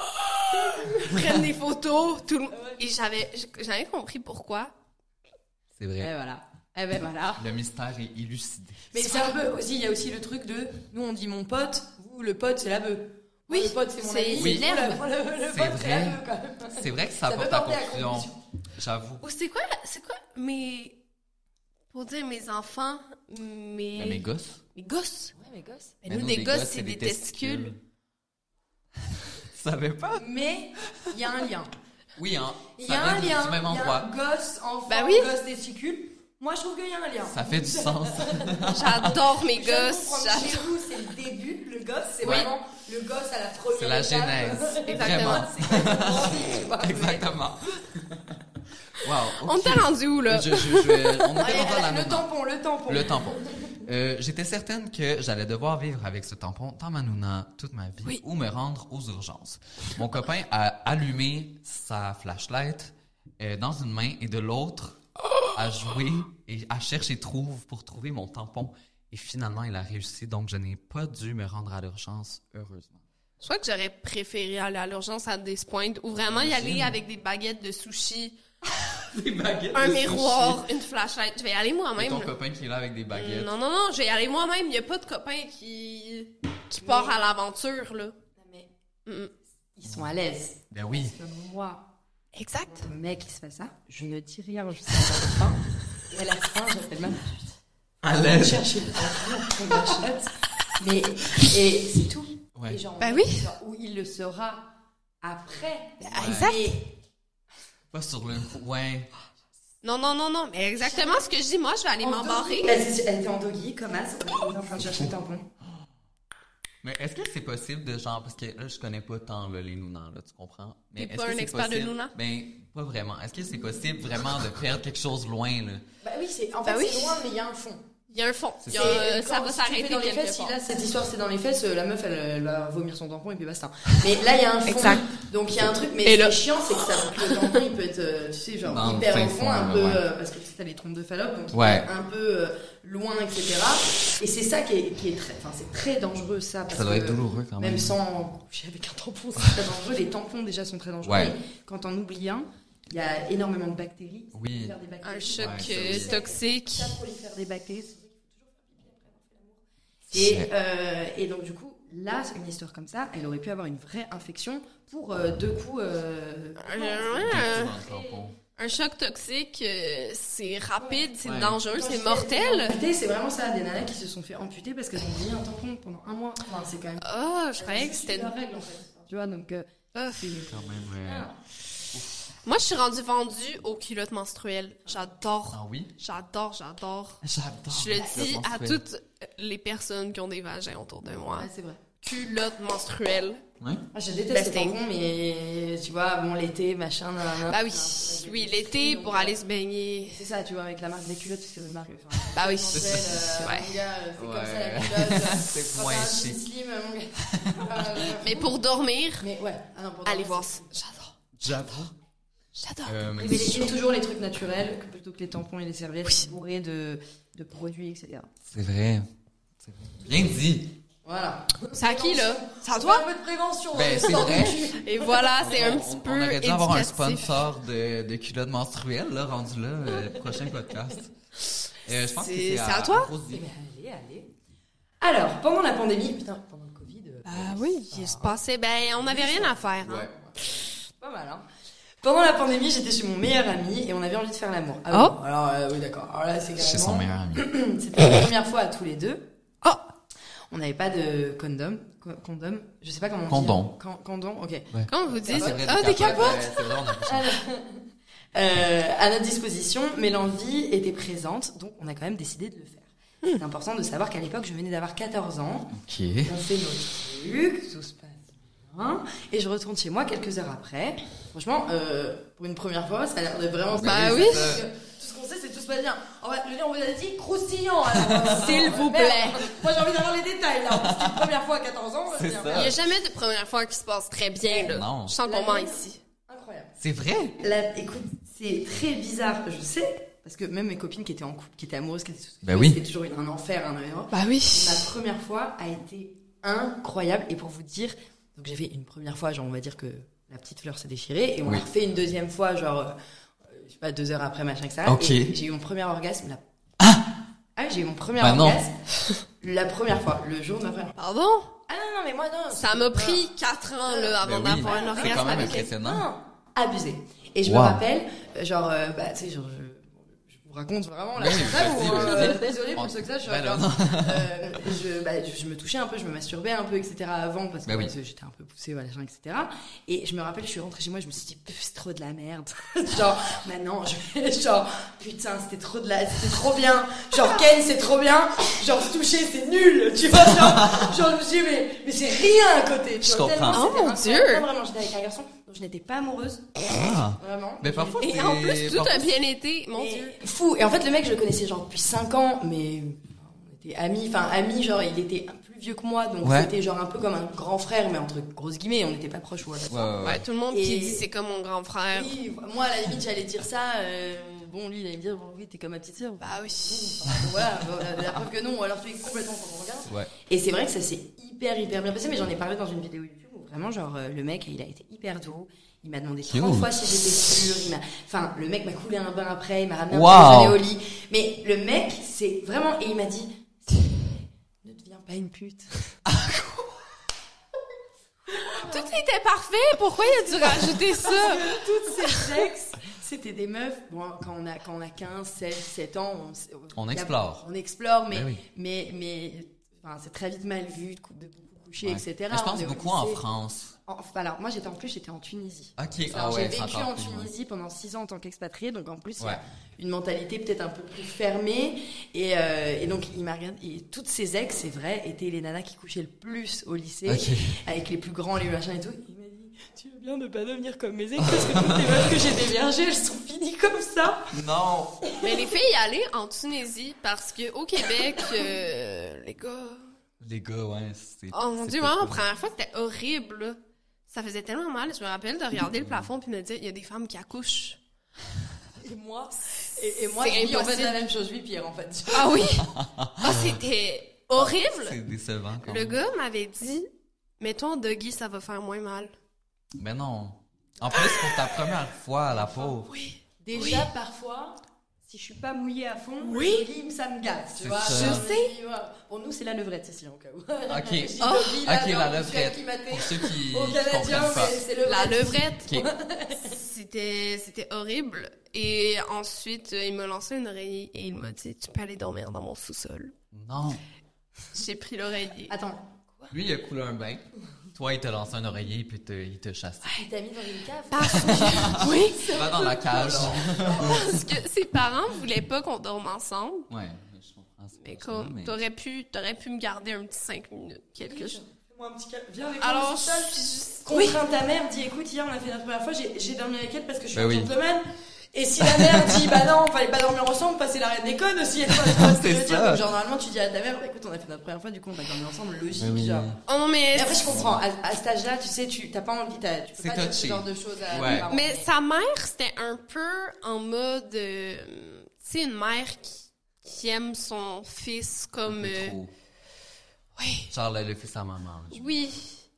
Ils prennent des photos, et j'avais compris pourquoi. C'est vrai. Et voilà. Le mystère est élucidé. Mais c'est un peu aussi, il y a aussi le truc de, nous on dit mon pote, vous le pote c'est la bœuf. Oui, le pote, c'est mon ami. Oui. l'herbe. Le C'est pote, vrai. c'est la meuf, quand même. C'est vrai que ça Ça porte peut à porter à confusion. confusion. J'avoue. Ou c'est quoi, pour dire mes enfants, Mais mes gosses. mes gosses. Ouais, mes gosses. Mais nous, des gosses, c'est des testicules. Tu savais pas? Mais il y a un lien. Oui, hein. Il y Ça a un vient lien. du même Il y endroit. a gosse, enfant, Bah oui. gosse, testicules. Moi, je trouve qu'il y a un lien. Ça fait du sens. J'adore mes Je gosses. comprends que chez vous, c'est le début, le gosse, c'est vraiment le gosse à la première C'est la étape. genèse. Exactement. Vraiment. C'est exactement, tu vois, mais- Exactement. Wow. On t'a rendu où, là? On était rendu à la Le nouna. tampon. Le tampon. J'étais certaine que j'allais devoir vivre avec ce tampon dans ma nouna toute ma vie ou me rendre aux urgences. Mon copain a allumé sa flashlight dans une main et de l'autre a joué et a cherché pour trouver mon tampon. Et finalement, il a réussi, donc je n'ai pas dû me rendre à l'urgence, heureusement. Je crois que j'aurais préféré aller à l'urgence à des points ou vraiment y aller avec des baguettes de sushi, Des baguettes un de miroir, une flashlight. Je vais y aller sushi. Et moi-même. ton là. copain qui est là avec des baguettes. Non, je vais y aller moi-même. Il n'y a pas de copain qui part à l'aventure, là. Non, mais Mm. ils sont à l'aise. Ben oui. Moi, Exact. le mec qui se fait ça, je ne dis rien jusqu'à la fin. Et à la fin, j'appelle ma À l'aise. chercher le tampon, on l'achète. Mais, et c'est tout. Ouais. Et genre, Bah oui. genre, où il le saura après. Exact. Et Pas sur le... Ouais. Non, mais exactement ce que je dis. Moi, je vais aller m'embarrer. elle était en doggy, comme as. On est en train de chercher le tampon. Mais est-ce que c'est possible de genre, parce que là, je connais pas tant là, les nounans, là, tu comprends? Mais T'es est-ce pas que un c'est expert de possible- nounans? Ben, pas vraiment. Est-ce que c'est possible vraiment de perdre quelque chose loin, là? Bah oui, en fait, Bah oui. c'est loin, mais il y a un fond. Il y a un fond. C'est Il y a ça. un- ça va Si tu fais s'arrêter dans les quelque fesses, part. si là, cette histoire, c'est dans les fesses, la meuf, elle va vomir son tampon et puis basta. Mais là, il y a un fond. Exact. Donc, il y a un truc, mais Et ce qui là- est chiant, c'est que le tampon, il peut être, tu sais, genre, Dans le hyper fin au fond, fond, un là, peu, ouais. parce que tu sais, t'as les trompes de Fallope, donc il Ouais. peut être un peu loin, etc. Et c'est ça qui est très, enfin, c'est très dangereux, ça. Parce Ça doit que être douloureux quand même. Même sans coucher avec un tampon, c'est très dangereux. Les tampons, déjà, sont très dangereux. Ouais. Mais quand on oublie un, il y a énormément de bactéries. Ça Oui. prolifère des bactéries. Un choc Ouais, ça, oui. toxique. Ça prolifère des bactéries. Et donc, du coup, là, c'est une histoire comme ça, elle aurait pu avoir une vraie infection pour deux coups. Un choc toxique, c'est rapide, c'est Ouais. dangereux, Quand c'est je dis mortel. amputé, c'est vraiment ça, des nanas qui se sont fait amputer parce qu'elles ont mis un tampon pendant un mois. Enfin, c'est quand même. Ah, je croyais que c'était... la règle en fait. Tu vois, donc. Ah. c'est- Quand même, Moi, je suis rendue vendue aux culottes menstruelles. J'adore. Ah oui? J'adore. J'adore. Je le dis à toutes les personnes qui ont des vagins autour de moi. Ouais, c'est vrai. Culottes menstruelles. Ouais? Ah, je déteste les Besting. tampons, mais tu vois, bon, l'été, machin. Nanana. Bah oui. Oui, l'été, pour aller se baigner. C'est ça, tu vois, avec la marque des culottes, c'est une marque. Enfin, Bah oui. ouais. Ouais. Mon gars, c'est comme Ouais. ça la culotte. C'est Quand moins t'as un chic. jean slim, mon gars. Mais pour dormir, Mais ouais, ah non, pour allez dormir, voir c'est- ça. J'adore. Euh, mais Privilégiez toujours les trucs naturels plutôt que les tampons et les serviettes bourrés de produits, etc. C'est vrai. C'est vrai. Bien dit. Voilà. C'est à qui, là? C'est à Un toi? peu de prévention. Ben, hein, c'est sans vrai. doute. Et voilà, c'est un On- petit on peu aurait dû avoir un éducatif. sponsor de culottes menstruelles, là, rendu là, prochain podcast. Je pense que c'est à toi? Rose Eh Vie. ben, allez. Alors, pendant la pandémie, putain, pendant le Covid. Ah oui, il se passait... Ben, on n'avait rien à faire. Hein. Ouais. Pas mal, hein. Pendant la pandémie, j'étais chez mon meilleur ami et on avait envie de faire l'amour. Ah Oh. bon, alors, oui, d'accord. Alors là, c'est carrément... Chez son meilleur ami. C'était la première fois à tous les deux. Oh! On n'avait pas de condom. Condom. Je sais pas comment on Condom. dit. Condom, ok. Comment vous dites? C'est vrai, Ah, des capotes? C'est vrai, on a fait ça. À notre disposition, mais l'envie était présente, donc on a quand même décidé de le faire. C'est important de savoir qu'à l'époque, je venais d'avoir 14 ans. Ok. On fait nos trucs, tout se passe bien. Et je retourne chez moi quelques heures après. Franchement, pour une première fois, ça a l'air de vraiment... Bah oui. Parce que tout ce qu'on sait, c'est tout se passe bien. Je veux dire, on vous a dit croustillant. alors, S'il vous merde. plaît. Moi, j'ai envie d'avoir les détails, là. C'est une première fois à 14 ans. C'est bien. ça. Il n'y a jamais de première fois qui se passe très bien, là. Non. Je sens qu'on ment ici. Incroyable. C'est vrai? Écoute, c'est très bizarre, je sais, parce que même mes copines qui étaient en couple, qui étaient amoureuses, qui étaient Bah oui. c'était toujours un enfer, un enfer. Bah oui. Ma première fois a été incroyable, et pour vous dire, donc j'ai fait une première fois, genre on va dire que la petite fleur s'est déchirée, et on Oui. a refait une deuxième fois, genre, je sais pas, 2 heures après, machin que ça. Ok. Et j'ai eu mon premier orgasme là. Ah, j'ai eu mon premier Bah non. orgasme la première fois, le jour de ma première fois. Pardon? Ah non, mais moi, non. Ça m'a pris 4 ans, là, avant d'avoir un orgasme. C'est quand même avec impressionnant. Non, abusé. Et je me rappelle, genre, tu sais, genre, je vous raconte vraiment là, c'est ça, ou désolé pour ceux que ça, je suis je me touchais un peu, je me masturbais un peu, etc. avant, parce que j'étais un peu poussée, voilà, etc. Et je me rappelle, je suis rentrée chez moi, je me suis dit, c'est trop de la merde. Genre, maintenant, genre, putain, c'était trop bien. Genre, Ken, c'est trop bien. Genre, se toucher, c'est nul. Tu vois, genre, je me suis dit, mais c'est rien à côté. Tu vois, comprends. Oh mon Dieu. Vraiment, j'étais avec un garçon dont je n'étais pas amoureuse. Vraiment. Mais parfois, Et en plus, tout a bien été, mon Dieu. Fou. Et en fait, le mec, je le connaissais genre depuis 5 ans, mais on était amis, genre, il était plus vieux que moi, donc c'était genre un peu comme un grand frère, mais entre grosses guillemets, on n'était pas proches. Ouais, tout le monde qui dit c'est comme mon grand frère. Oui, moi, à la limite, j'allais dire ça, bon, lui, il allait me dire, bon, oui, t'es comme ma petite sœur. Bah oui. Voilà, la preuve que non, alors tu es complètement quand on regarde. Ouais. Et c'est vrai que ça s'est hyper bien passé, mais j'en ai parlé dans une vidéo YouTube où vraiment, genre, le mec, il a été hyper doux. Il m'a demandé 30 fois si j'étais sûre. Le mec m'a coulé un bain après, il m'a ramené un déjeuner au lit. Mais le mec, c'est vraiment, et il m'a dit, ne deviens pas une pute. Tout était parfait. Pourquoi il a dû rajouter ça? Toutes ces ex, c'était des meufs. Bon, quand on a 15, 16, 17 ans, on explore. On explore, mais, oui. mais, enfin, c'est très vite mal vu de beaucoup coucher, etc. Mais je pense beaucoup en France. Alors, moi, j'étais en Tunisie. Ok, j'ai vécu en Tunisie pendant 6 ans en tant qu'expatriée, donc en plus, il y a une mentalité peut-être un peu plus fermée. Et donc, il m'a regardé. Et toutes ces ex, c'est vrai, étaient les nanas qui couchaient le plus au lycée, avec les plus grands, les machins et tout. Il m'a dit, tu veux bien ne pas devenir comme mes ex, parce que toutes les meufs que j'ai déviergées, elles sont finies comme ça. Non. Mais les filles y allaient en Tunisie parce que au Québec, les gars, ouais, c'est. Oh mon Dieu, moi, la première fois, c'était horrible, là. Ça faisait tellement mal. Je me rappelle de regarder le plafond puis me dire, il y a des femmes qui accouchent. Et moi, je vis en fait la même chose, je vis pire en fait. Ah oui? C'était horrible. C'est décevant quand même. même. Le gars m'avait dit, mettons, Dougie, ça va faire moins mal. Mais non. En plus, pour ta première fois, la pauvre. Oui. Déjà, parfois, si je suis pas mouillée à fond, le lit, ça me gâte, tu vois. Ça. Je sais. Pour nous, c'est la levrette ici, en cas où. Ok, la levrette. Pour ceux qui comprennent pas. C'est la levrette. Okay. C'était horrible. Et ensuite, il m'a lancé une oreiller et il m'a dit, tu peux aller dormir dans mon sous-sol. Non. J'ai pris l'oreiller. Attends. Quoi? Lui, il a coulé un bain. Toi, il t'a lancé un oreiller puis il te chassait. Ah, il t'a mis dans une cave. Oui. Va dans la cage. Parce que ses parents voulaient pas qu'on dorme ensemble. Ouais, je comprends. Mais comme, t'aurais pu me garder un petit 5 minutes, quelque chose. Fais-moi un petit câlin. Viens avec moi au sol. Contraint ta mère, dis écoute, hier on a fait notre première fois, j'ai dormi avec elle parce que je suis un gentleman. Et si la mère dit bah non, fallait pas dormir ensemble, passer la reine des connes aussi, c'est ça. Donc, genre normalement tu dis à ta mère, bah, écoute, on a fait notre première fois, du coup on va dormir ensemble, logique, genre. Oh non mais. Et après je comprends, à cet âge-là, tu sais, t'as pas envie, tu peux pas dire ce genre de choses à tes parents. Mais sa mère, c'était un peu en mode, tu sais, une mère qui aime son fils comme. Oui. Genre le fils à maman. Oui.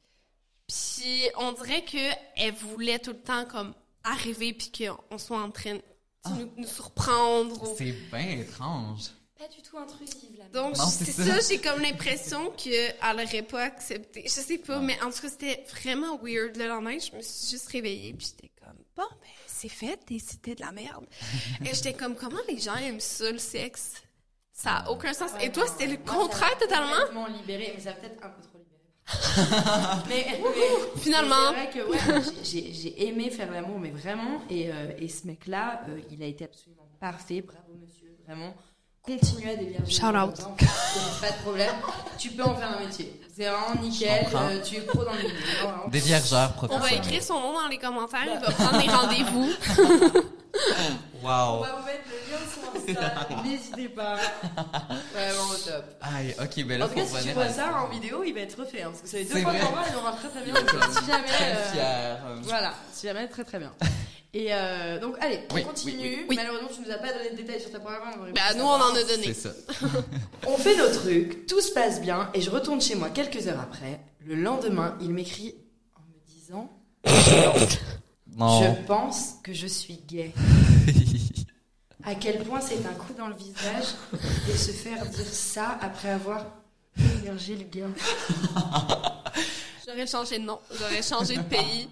Puis on dirait que elle voulait tout le temps comme arriver puis qu'on soit en train de nous surprendre. C'est bien étrange. Pas du tout intrusive, la mère. Donc, c'est ça, j'ai comme l'impression qu'elle n'aurait pas accepté. Je sais pas, mais en tout cas, c'était vraiment weird. Le lendemain, je me suis juste réveillée puis j'étais comme, bon, ben, c'est fait et c'était de la merde. Et j'étais comme, comment les gens aiment ça, le sexe? Ça a aucun sens. Et toi, c'était le contraire totalement? Complètement libéré, mais ça va peut-être un peu trop libéré. mais finalement, c'est vrai que j'ai aimé faire l'amour, mais vraiment. Et ce mec-là, il a été absolument parfait. Bravo, monsieur. Vraiment. Continue à dévierger. Shout out. Pas de problème. Tu peux en faire un métier. C'est vraiment nickel. Tu es pro dans le milieu. Déviergeur professionnel. On va écrire son nom dans les commentaires. Il va prendre des rendez-vous. Wow. On va vous mettre le lien sur Insta. N'hésitez pas. Vraiment au top. Aïe, ok, ben là, en tout cas, si tu vois ça en vidéo, il va être refait. Parce que ça fait 2 fois qu'on va, il aura très bien. Si jamais. Très fier. Voilà, si jamais, très très bien. Et donc, allez, on continue. Oui. Malheureusement, tu nous as pas donné de détails sur ta première fois. Bah, nous, on en a donné. C'est ça. On fait nos trucs, tout se passe bien, et je retourne chez moi quelques heures après. Le lendemain, il m'écrit en me disant non. Je pense que je suis gay. À quel point c'est un coup dans le visage de se faire dire ça après avoir émergé le gars. J'aurais changé de nom. J'aurais changé de pays.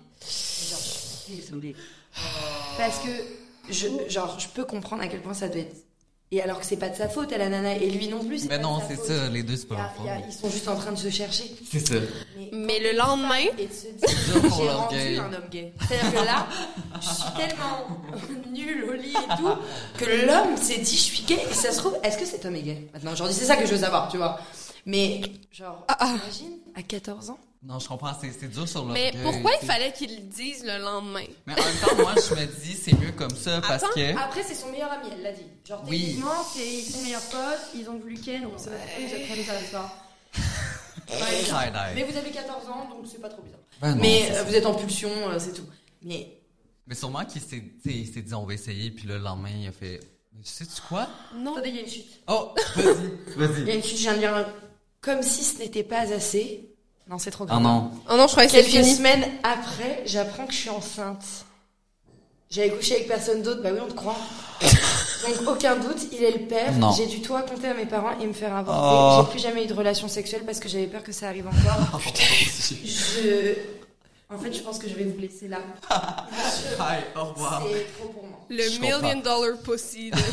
Parce que je peux comprendre à quel point ça doit être. Et alors que c'est pas de sa faute à la nana et lui non plus. C'est Mais pas non, de sa c'est faute. ça, les deux c'est pas leur faute. Ils sont juste en train de se chercher. C'est ça. Mais le lendemain, Et de se dire, pour j'ai leur rendu gay. un homme gay. C'est-à-dire que là, je suis tellement nulle au lit et tout que l'homme s'est dit je suis gay. Et ça se trouve, est-ce que cet homme est gay maintenant aujourd'hui? C'est ça que je veux savoir, tu vois. Mais genre, imagine à 14 ans. Non, je comprends, c'est dur sur mais l'orgueil. pourquoi il c'est- fallait qu'il le dise le lendemain? Mais en même temps, moi, je me dis, c'est mieux comme ça parce Attends, que... Après, c'est son meilleur ami, elle l'a dit. Genre, Oui. techniquement, c'est son meilleur pote, ils ont voulu Ken, on sait pas pourquoi ils apprennent ça l'histoire. Ouais, bizarre. Side-eye. Mais vous avez 14 ans, donc c'est pas trop bizarre. Ben non, Mais c'est ça. vous êtes en pulsion, c'est tout. Mais Mais sûrement qu'il s'est dit, on va essayer, puis le lendemain, il a fait... Mais sais-tu quoi? Non. attendez, il y a une chute. Oh, Il y vas-y. a une chute, je viens de dire comme si ce n'était pas assez. Non, c'est trop grave. Oh non. Oh non, je croyais que c'était Quelques fini. semaines après, j'apprends que je suis enceinte. J'avais couché avec personne d'autre, bah oui, on te croit. Donc aucun doute, il est le père. Non. J'ai dû tout raconter à mes parents et me faire avorter. Oh. J'ai plus jamais eu de relation sexuelle parce que j'avais peur que ça arrive encore. Oh, putain. En fait, je pense que je vais vous laisser là. Hi, au revoir. C'est trop pour moi. Le Je $1 million pussy. là.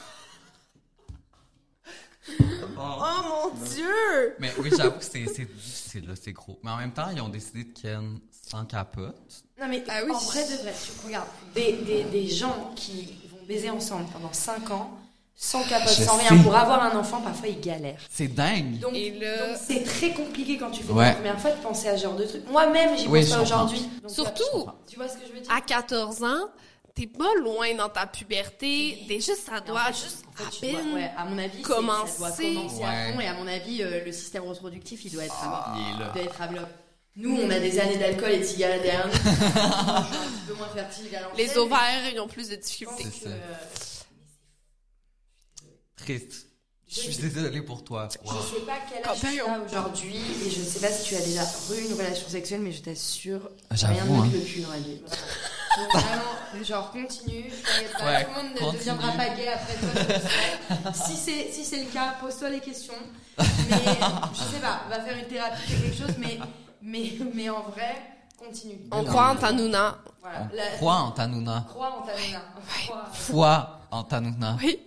Oh mon Dieu! Mais oui, j'avoue que c'est gros. Mais en même temps, ils ont décidé de ken sans capote. Non mais Ah oui. en vrai de vrai, tu regardes des gens qui vont baiser ensemble pendant 5 ans, sans capote, Je sans sais. rien, pour avoir un enfant, parfois ils galèrent. C'est dingue. Donc, Et là- donc c'est très compliqué quand tu fais Ouais. la première fois de penser à ce genre de truc. Moi-même, j'y Oui, pense je pas comprends. aujourd'hui. Donc, Surtout, tu vois ce que je veux dire? à 14 ans, t'es pas loin dans ta puberté. Déjà, ça doit juste En fait, à tu peine... dois- ouais, à mon avis, commencer. ça doit commencer à Ouais. fond et à mon avis, le système reproductif, il doit être il est là. il doit être à bloc. Nous, on a des années d'alcool et de cigarettes derrière nous. Je suis un petit peu moins fertile à l'ancienne, Les mais ovaires, ils ont plus de je pense difficultés. C'est que, ça. Triste. Je suis désolée pour toi. Wow. Je sais pas quel âge tu as aujourd'hui et je sais pas si tu as déjà eu une relation sexuelle, mais je t'assure, J'avoue, rien de mieux hein. que le cul dans la vie. Vraiment. Donc vraiment, genre continue, t'inquiète pas, Ouais, tout le monde ne continue. deviendra pas gay après toi, je le sais. Si c'est le cas, pose-toi les questions. Mais je sais pas, va faire une thérapie, fais quelque chose, mais en vrai, continue. On croit en Tanouna. Voilà. Crois en Tanouna. Crois en ta nana. Crois. Foi en Tanouna. Oui.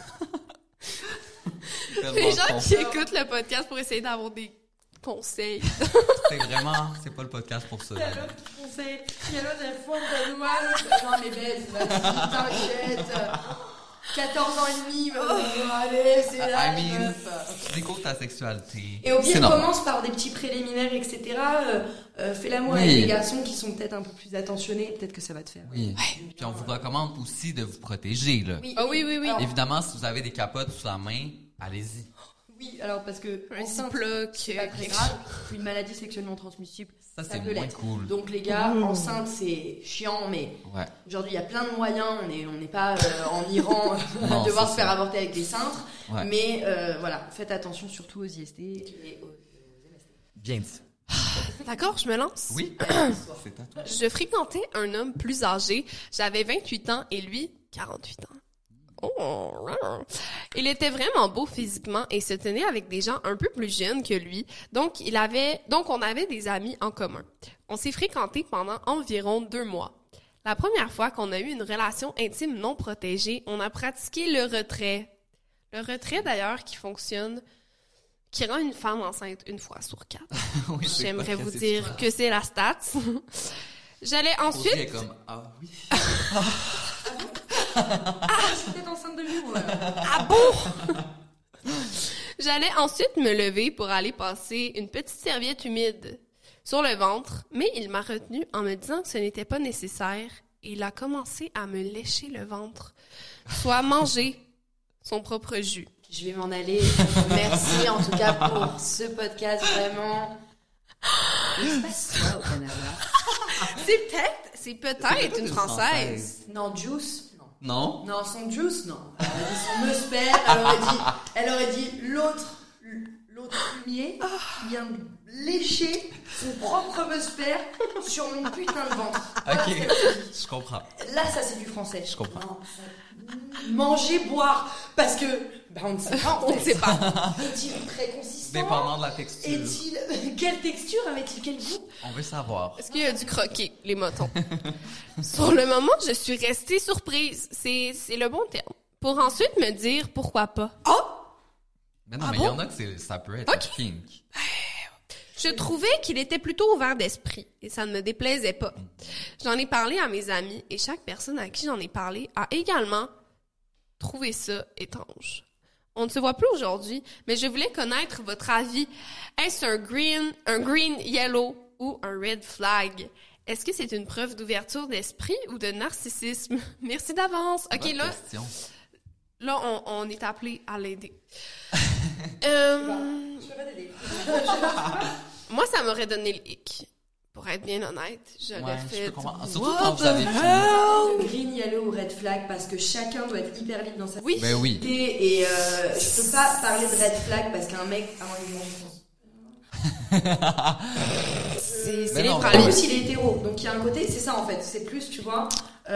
Les gens qui écoutent le podcast pour essayer d'avoir des conseils. C'est pas le podcast pour ça. Il y a l'autre qui conseille, il y a l'autre, elle fonde ta noix, l'autre, non mais baise, vas-y, t'inquiète, 14 ans et demi, allez, c'est là, I mean, meuf. tu découvres ta sexualité. Et au C'est pire, normal. commence par des petits préliminaires, etc. Fais l'amour Oui. avec des garçons qui sont peut-être un peu plus attentionnés, peut-être que ça va te faire. Oui. Puis on vous recommande aussi de vous protéger, là. Oui, Ah oui, oui, oui. Alors, Évidemment, si vous avez des capotes sous la main, allez-y. oui, alors parce que Un enceinte, Ziploc, c'est pas très grave, une maladie sexuellement transmissible, Ça, ça c'est peut moins l'être. cool. Donc les gars, enceinte c'est chiant, mais Ouais. aujourd'hui il y a plein de moyens, on n'est pas en Iran à Non, devoir c'est se faire ça. avorter avec des cintres, Ouais. mais voilà, faites attention surtout aux IST et aux MST. Bien dit. D'accord, je me lance. Oui. C'est à toi. Je fréquentais un homme plus âgé. J'avais 28 ans et lui, 48 ans. Oh, il était vraiment beau physiquement et se tenait avec des gens un peu plus jeunes que lui. Donc on avait des amis en commun. On s'est fréquentés pendant environ 2 mois. La première fois qu'on a eu une relation intime non protégée, on a pratiqué le retrait. Le retrait d'ailleurs qui fonctionne, qui rend une femme enceinte 1 fois sur 4. Oui, c'est J'aimerais pas vous très dire efficace. que c'est la stats. J'allais Audrey ensuite... est comme, ah oui. Je suis peut-être enceinte de lui, ouais. Ah bon? J'allais ensuite me lever pour aller passer une petite serviette humide sur le ventre, mais il m'a retenue en me disant que ce n'était pas nécessaire et il a commencé à me lécher le ventre, soit manger son propre jus. Je vais m'en aller. Merci en tout cas pour ce podcast, vraiment. Il se passe quoi au Canada? C'est peut-être une Française. Non, Juice? Non. Non? Non, son Juice, non. Elle aurait dit son Meusper, elle aurait dit l'autre fumier qui vient de lécher son propre Meusper sur mon putain de ventre. Voilà ce Ok, qu'elle aurait dit. je comprends. Là, ça c'est du français. Je comprends. Non, manger, boire, parce que on ne sait pas. On ne sait pas. Est-il très consistant? Dépendant de la texture. Quelle texture avait-il? Quel goût? On veut savoir. Est-ce qu'il y a du croquer, les motons? Sur le moment, je suis restée surprise. C'est le bon terme. Pour ensuite me dire pourquoi pas. Oh! Mais non, mais il y en a que ça peut être kink. Je trouvais qu'il était plutôt ouvert d'esprit et ça ne me déplaisait pas. J'en ai parlé à mes amis et chaque personne à qui j'en ai parlé a également trouvé ça étrange. On ne se voit plus aujourd'hui, mais je voulais connaître votre avis. Est-ce un green, yellow ou un red flag? Est-ce que c'est une preuve d'ouverture d'esprit ou de narcissisme? Merci d'avance. OK, bonne là, question. là, on est appelé à l'aider. Je peux pas t'aider. Moi, ça m'aurait donné le hic. Pour être bien honnête, j'aurais Je fait... peux comprendre. Surtout quand vous avez fini. Le green, yellow ou red flag, parce que chacun doit être hyper libre dans sa Oui. Ben oui. Et je peux pas parler de red flag parce qu'un mec a envie de manger son... C'est Mais les non, En pralines. plus, il est hétéro, donc il y a un côté, c'est ça en fait, c'est plus, tu vois,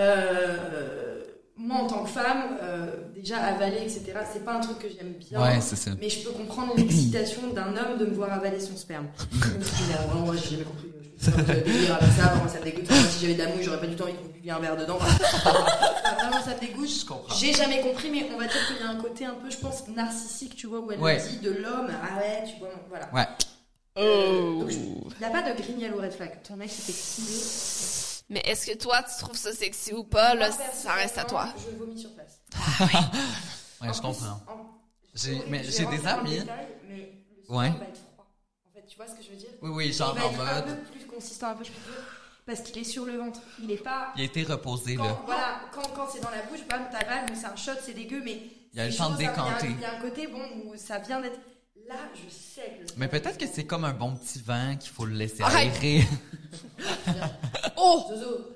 moi en tant que femme, déjà avaler, etc., c'est pas un truc que j'aime bien. Ouais, c'est ça. Mais je peux comprendre l'excitation d'un homme de me voir avaler son sperme. Vraiment, moi j'ai jamais compris. Je me suis délire avec ça, vraiment ça me dégoûte. Moi, si j'avais de la mouille, j'aurais pas du tout envie que vous buviez un verre dedans. Vraiment ça me dégoûte. Je comprends. J'ai jamais compris, mais on va dire qu'il y a un côté un peu, je pense, narcissique, tu vois, où elle Ouais. dit de l'homme, ah ouais, tu vois, voilà. Ouais. Donc, il n'y a pas de green, yellow, red flag. Ton mec s'est excité. Mais est-ce que toi, tu trouves ça sexy ou pas? Là, Moi, ça reste à toi. Je vomis sur place. Ouais, je comprends. J'ai des amis. Mais le Ouais. sang va être froid. En fait, tu vois ce que je veux dire? Oui, genre il va en être un peu mode. plus consistant, un peu plus dur, parce qu'il est sur le ventre. Il est pas. Il a été reposé, là. Voilà, quand c'est dans la bouche, bam, t'avales, mais c'est un shot, c'est dégueu, mais. Il y a le c'est temps de chaud, ça, décanter. Il y a un côté, bon, où ça vient d'être. Là, je sais que. Mais peut-être que c'est comme un bon petit vin qu'il faut le laisser Arrête. aérer. Oh! Zozo,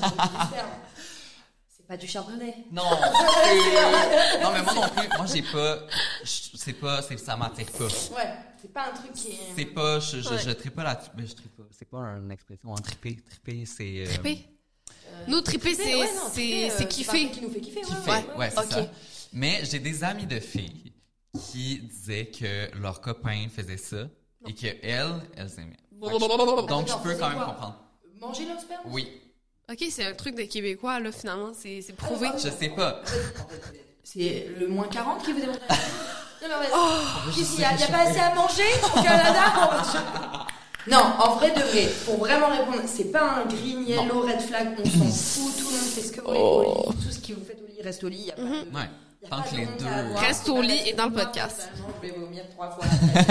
c'est pas du chardonnay. Non. Non, mais moi non plus. Moi, ça m'attire pas. Ouais, c'est pas un truc qui est. C'est pas, je Ouais. tripe pas là-dessus. Mais je tripe pas. C'est pas une expression en triper. Triper, c'est. Triper? Nous, triper, Triper, ouais, non, triper, c'est c'est kiffer. un truc qui nous fait kiffer. Kiffer. Ouais, c'est ok. ça. Mais j'ai des amis de filles qui disaient que leurs copains faisaient ça et que elles aimaient. Donc, je peux quand même comprendre. Manger leur sperme? Oui. OK, c'est un truc de Québécois, là, finalement. C'est prouvé. Je sais pas. C'est le moins 40 qui vous démontre. Non, mais il y a pas assez à manger au Canada? Non, en vrai de vrai, pour vraiment répondre, c'est pas un green, yellow, red flag, on s'en fout, tout le monde fait ce que vous voulez au lit, tout ce que vous faites au lit reste au lit, y a pas de... Ouais. y a Tant pas que de les honte deux. à avoir. Reste au lit et dans le Moi, podcast. personnellement, je vais vomir 3 fois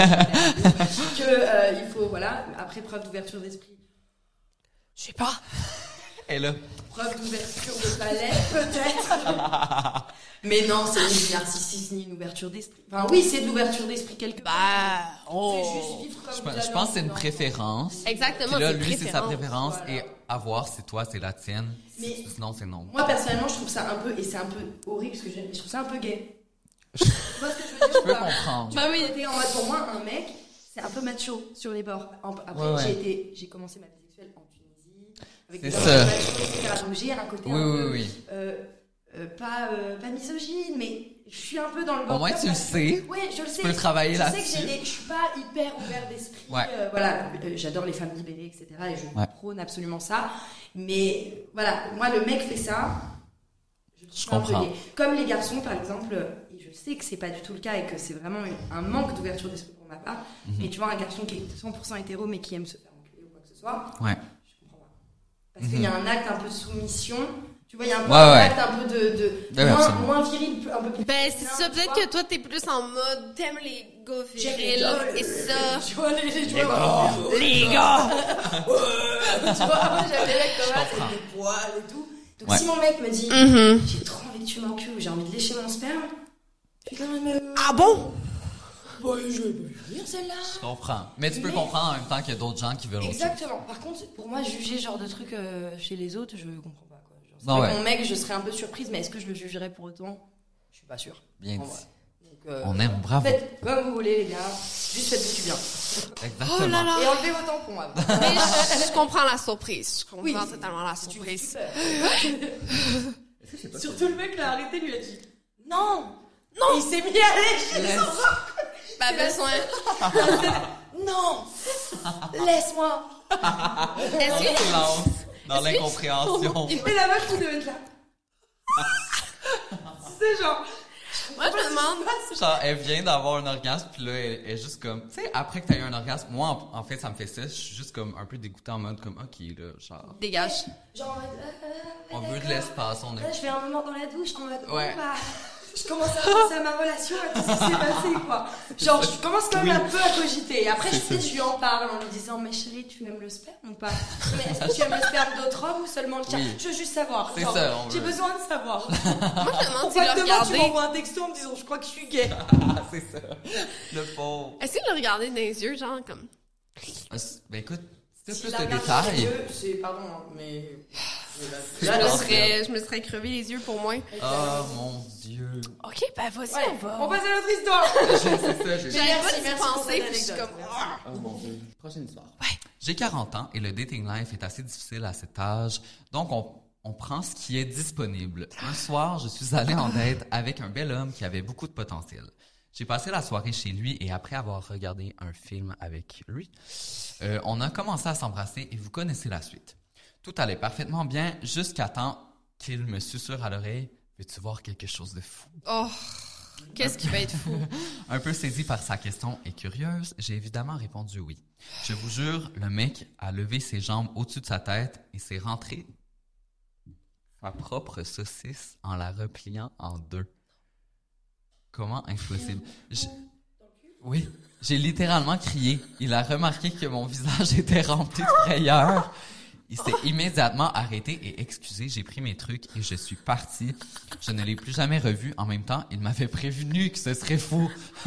que il faut, voilà, après preuve d'ouverture d'esprit. Je sais pas. Et là. Preuve d'ouverture de palais, peut-être. Mais non, c'est ni du narcissisme ni une ouverture d'esprit. Enfin, oui, c'est de l'ouverture d'esprit quelque part. Bah, C'est juste vivre comme vous Je pense que c'est une préférence. Exactement, Puis là, c'est lui, c'est sa préférence. préférence. Voilà. Et à voir, c'est toi, c'est la tienne. Mais- Sinon, c'est non. Moi, personnellement, je trouve ça un peu, et c'est un peu horrible, parce que je trouve ça un peu gay. Tu vois ce que je veux dire? Je peux comprendre. Bah oui. En mode, pour moi, un mec, c'est un peu macho sur les bords. Après, Ouais. j'ai commencé ma vie sexuelle en Tunisie, avec C'est des ça. hommes machos, etc. Donc j'ai un côté Oui, un oui, peu, oui. pas misogyne, mais je suis un peu dans le Au bord. moins, tu le sais. Oui, je le sais. Tu peux travailler je là-dessus. sais que je suis pas hyper ouvert d'esprit. Ouais. Voilà, j'adore les femmes libérées, etc. Et je Ouais. prône absolument ça. Mais voilà, moi, le mec fait ça. Je trouve un peu comprends. gay. Comme les garçons, par exemple, et je sais que c'est pas du tout le cas et que c'est vraiment un manque d'ouverture d'esprit pour ma part. Mais tu vois, un garçon qui est 100% hétéro mais qui aime se faire enculer ou quoi que ce soit, Ouais. je comprends pas. Parce qu'il y a un acte un peu de soumission. Tu vois, il y a un peu Ouais, un ouais. acte un peu de absolument. moins viril, un peu plus. Ben, c'est Non, ça. tu Peut-être vois. que toi, t'es plus en mode, t'aimes les gars J'aime les virils gars, et ça. Tu vois, les gars. Les gars! Tu vois, moi j'aime les mecs comme ça, comprends. c'est des poils et tout. Donc Ouais. si mon mec me dit, Mhm. j'ai trop envie que tu m'encules, j'ai envie de lécher mon sperme, je suis quand même. Ah bon? Ouais, je vais venir celle-là. Je comprends. Mais tu peux Mais- comprendre en même temps qu'il y a d'autres gens qui veulent aussi. Exactement. Par contre, pour moi, juger ce genre de truc chez les autres, je comprends pas. Quoi. Genre, c'est Non, vrai que ouais. mon mec, je serais un peu surprise, mais est-ce que je le jugerais pour autant? Je suis pas sûre. Bien En dit. vrai. Donc, On aime, bravo. Faites comme vous voulez, les gars. Juste faites du bien. Exactement. Oh là là! Et enlevez vos tampons. Moi. Mais je comprends la surprise. Je comprends Oui. totalement la C'est une surprise. super. Surtout le mec l'a arrêté, lui a dit non. Et il s'est mis à lécher son bras. Pas besoin. Non, laisse-moi. Est-ce que... Silence dans l'incompréhension. Et la meuf qui devait être là. C'est genre... Moi, je me demande... Genre, elle vient d'avoir un orgasme, puis là, elle est juste comme... Tu sais, après que t'as eu un orgasme, moi, en fait, ça me fait ça. Je suis juste comme un peu dégoûtée en mode comme, OK, là, genre... Dégage. Genre, On veut de l'espace, on là, est... je fais un moment dans la douche, en mode... Ouais. Bah, je commence à penser à ma relation, à tout ce qui s'est passé, quoi. Genre, je commence quand même un peu à cogiter. Et après, je lui en parle en lui disant, mais chérie, tu aimes le sperme ou pas? Mais est-ce que tu aimes le sperme d'autres hommes ou seulement le tien? Oui. Je veux juste savoir. C'est Genre, ça, on j'ai veut. besoin de savoir. Moi, je me demande Pour s'il pas l'a que demain, tu regardé. m'envoies un texto en me disant, je crois que je suis gay. c'est ça. Le pauvre. Est-ce qu'il l'a regardé dans les yeux, genre, comme... Ben écoute, c'est Si plus la de regarde détails. dans les yeux, c'est, pardon, mais... Je me serais crevé les yeux pour moi. Oh mon Dieu. OK, ben vas-y, Ouais, on va. on passe à notre histoire. C'est ça, j'ai... J'avais pas d'y Merci pour penser, cette puis je suis anecdote. comme... Oh mon Dieu. Prochaine histoire. J'ai 40 ans et le dating life est assez difficile à cet âge, donc on prend ce qui est disponible. Un soir, je suis allée en date avec un bel homme qui avait beaucoup de potentiel. J'ai passé la soirée chez lui et après avoir regardé un film avec lui, on a commencé à s'embrasser et vous connaissez la suite. Tout allait parfaitement bien jusqu'à temps qu'il me susurre à l'oreille « Veux-tu voir quelque chose de fou? » Oh, qu'est-ce qui va être fou? Un peu saisi par sa question et curieuse, j'ai évidemment répondu oui. Je vous jure, le mec a levé ses jambes au-dessus de sa tête et s'est rentré sa propre saucisse en la repliant en deux. Comment impossible? Oui, j'ai littéralement crié. Il a remarqué que mon visage était rempli de frayeur. Il s'est immédiatement arrêté et excusé. J'ai pris mes trucs et je suis partie. Je ne l'ai plus jamais revu. En même temps, il m'avait prévenu que ce serait fou.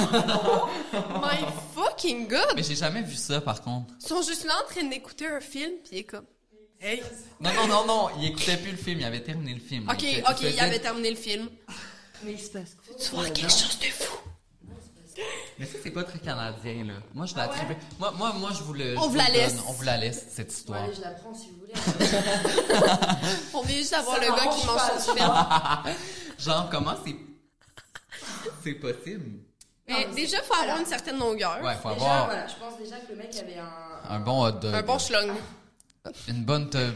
My fucking god! Mais j'ai jamais vu ça, par contre. Ils sont juste là en train d'écouter un film, puis il est comme... Hey! Non. Il écoutait plus le film. Il avait terminé le film. OK, il avait terminé le film. Mais il se passe quoi? Tu vois quelque chose de fou? Mais ça, c'est pas très canadien, là. Moi, je la tripe. Moi, je vous le... On vous la laisse. On vous la laisse, cette Bon, histoire. allez, je la prends si vous voulez. On vient juste avoir Ça le gars m'arrange qui mange pas, son sperme. Genre, comment c'est possible? Mais déjà, faut avoir une certaine longueur. Ouais, faut Déjà, avoir voilà, je pense déjà que le mec avait un bon hot dog. Un bon schlong. Une bonne tub.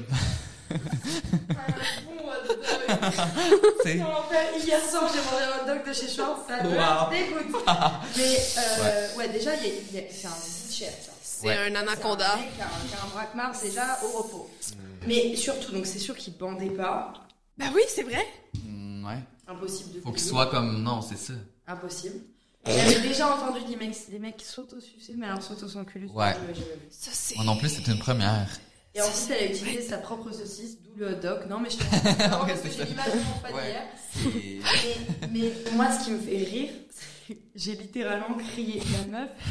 C'est... Hier soir, j'ai mangé un hot dog de chez Schwartz, ça me Wow. dégoûte. Mais, ouais, déjà, c'est un site cher, ça. C'est un anaconda. C'est un mec qui a un braquemar déjà au repos. Mais surtout, donc c'est sûr qu'il bandait pas. Ben oui, c'est vrai. Ouais. Impossible de Faut qu'il payer. soit comme... Non, c'est ça. Impossible. J'avais déjà entendu des mecs qui s'auto-sucer, mais alors s'auto-s'enculer. Ouais. Ça, c'est... Moi non plus, c'est une première. Et ensuite, elle a utilisé sa propre saucisse, d'où le hot dog. Non, mais je te comprends Ouais, parce que c'est j'ai ça. l'image de mon pas Ouais. d'hier. Mais moi, ce qui me fait rire, c'est que j'ai littéralement crié. La meuf,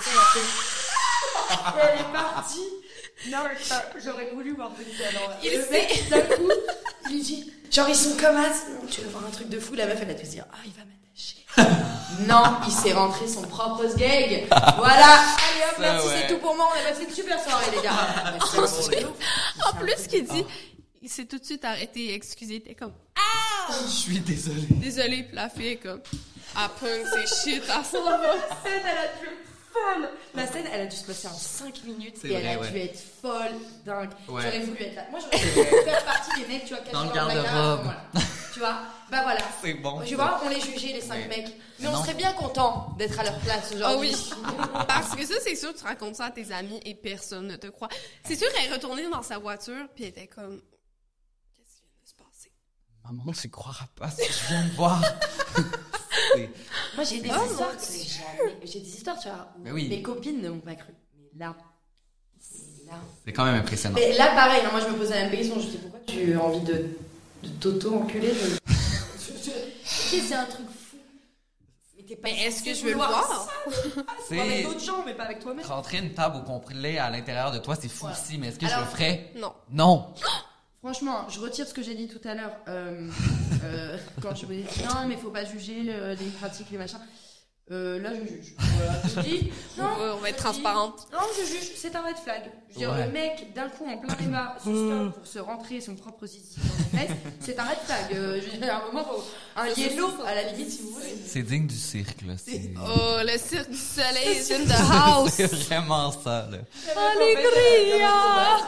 elle est partie. Non, j'aurais voulu voir Félix alors. Il Le sait. mec, d'un coup, il lui dit, genre, ils sont comme as. Non, tu veux voir un truc de fou? La meuf, elle a dû se dire, ah, il va m'attacher. Non, il s'est rentré son propre sgeg. Voilà. Allez hop, Ça, merci, ouais. c'est tout pour moi. On a passé une super soirée, les gars. En plus, ce qu'il dit, il s'est tout de suite arrêté et excusé. T'es comme... Je suis désolé. Désolé, puis la fille est comme... Ah, punk, c'est shit, à ça va. La scène, elle a dû être folle. La scène, elle a dû se passer en 5 minutes C'est et vrai, elle a ouais. dû être folle, dingue. Ouais. J'aurais voulu être là. Moi, j'aurais voulu faire partie des mecs, tu vois, cachés Dans le la cave, garde-robe. voilà. Tu vois, bah voilà. C'est bon. Tu vois, on les jugeait, les 5 Ouais. mecs. Mais Non. on serait bien contents d'être à leur place aujourd'hui. Ah oui. Parce que ça, c'est sûr, tu racontes ça à tes amis et personne ne te croit. C'est sûr, elle est retournée dans sa voiture, puis elle était comme... Qu'est-ce qui vient de se passer? Maman, tu croiras pas ce que je viens de voir. C'est- Moi, j'ai des Oh, histoires mon que Dieu. j'ai des histoires, tu vois, où Mais oui. mes copines ne m'ont pas cru. Mais là, C'est quand même impressionnant. Mais là, pareil, hein, moi, je me posais la même question. Je me dis, pourquoi tu as envie de t'auto-enculer Ok, c'est un truc fou. Mais t'es pas Mais est-ce que censé je veux le vouloir voir? ça. C'est- Avec d'autres gens, mais pas avec toi-même. Rentrer une table au complet à l'intérieur de toi, c'est fou Voilà. aussi, mais est-ce que je Alors- le ferais? Non. Non. Franchement, je retire ce que j'ai dit tout à l'heure quand je vous ai dit non, mais faut pas juger les pratiques, les machins. Là, je juge. Voilà, je dis, non, on va être transparente. Non, je juge, c'est un red flag. Je veux dire, Ouais. le mec, d'un coup, en plein débat, se stoppe pour se rentrer son propre zizi dans les fesses, c'est un red flag. Je veux dire, à un moment, un yellow, à la limite, si vous voulez. C'est digne du cirque, là. Oh, le cirque du soleil is in the house. C'est vraiment ça, là. Alegria!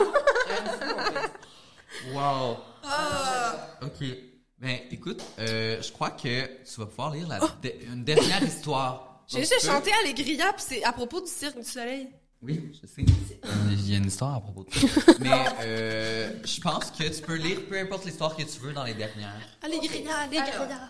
Wow. OK. Ben, écoute, je crois que tu vas pouvoir lire une dernière histoire. J'ai juste chanté Alegria, pis c'est à propos du cirque du soleil. Oui, je sais. Il y a une histoire à propos de ça. Mais je pense que tu peux lire peu importe l'histoire que tu veux dans les dernières. Alegria, Alegria.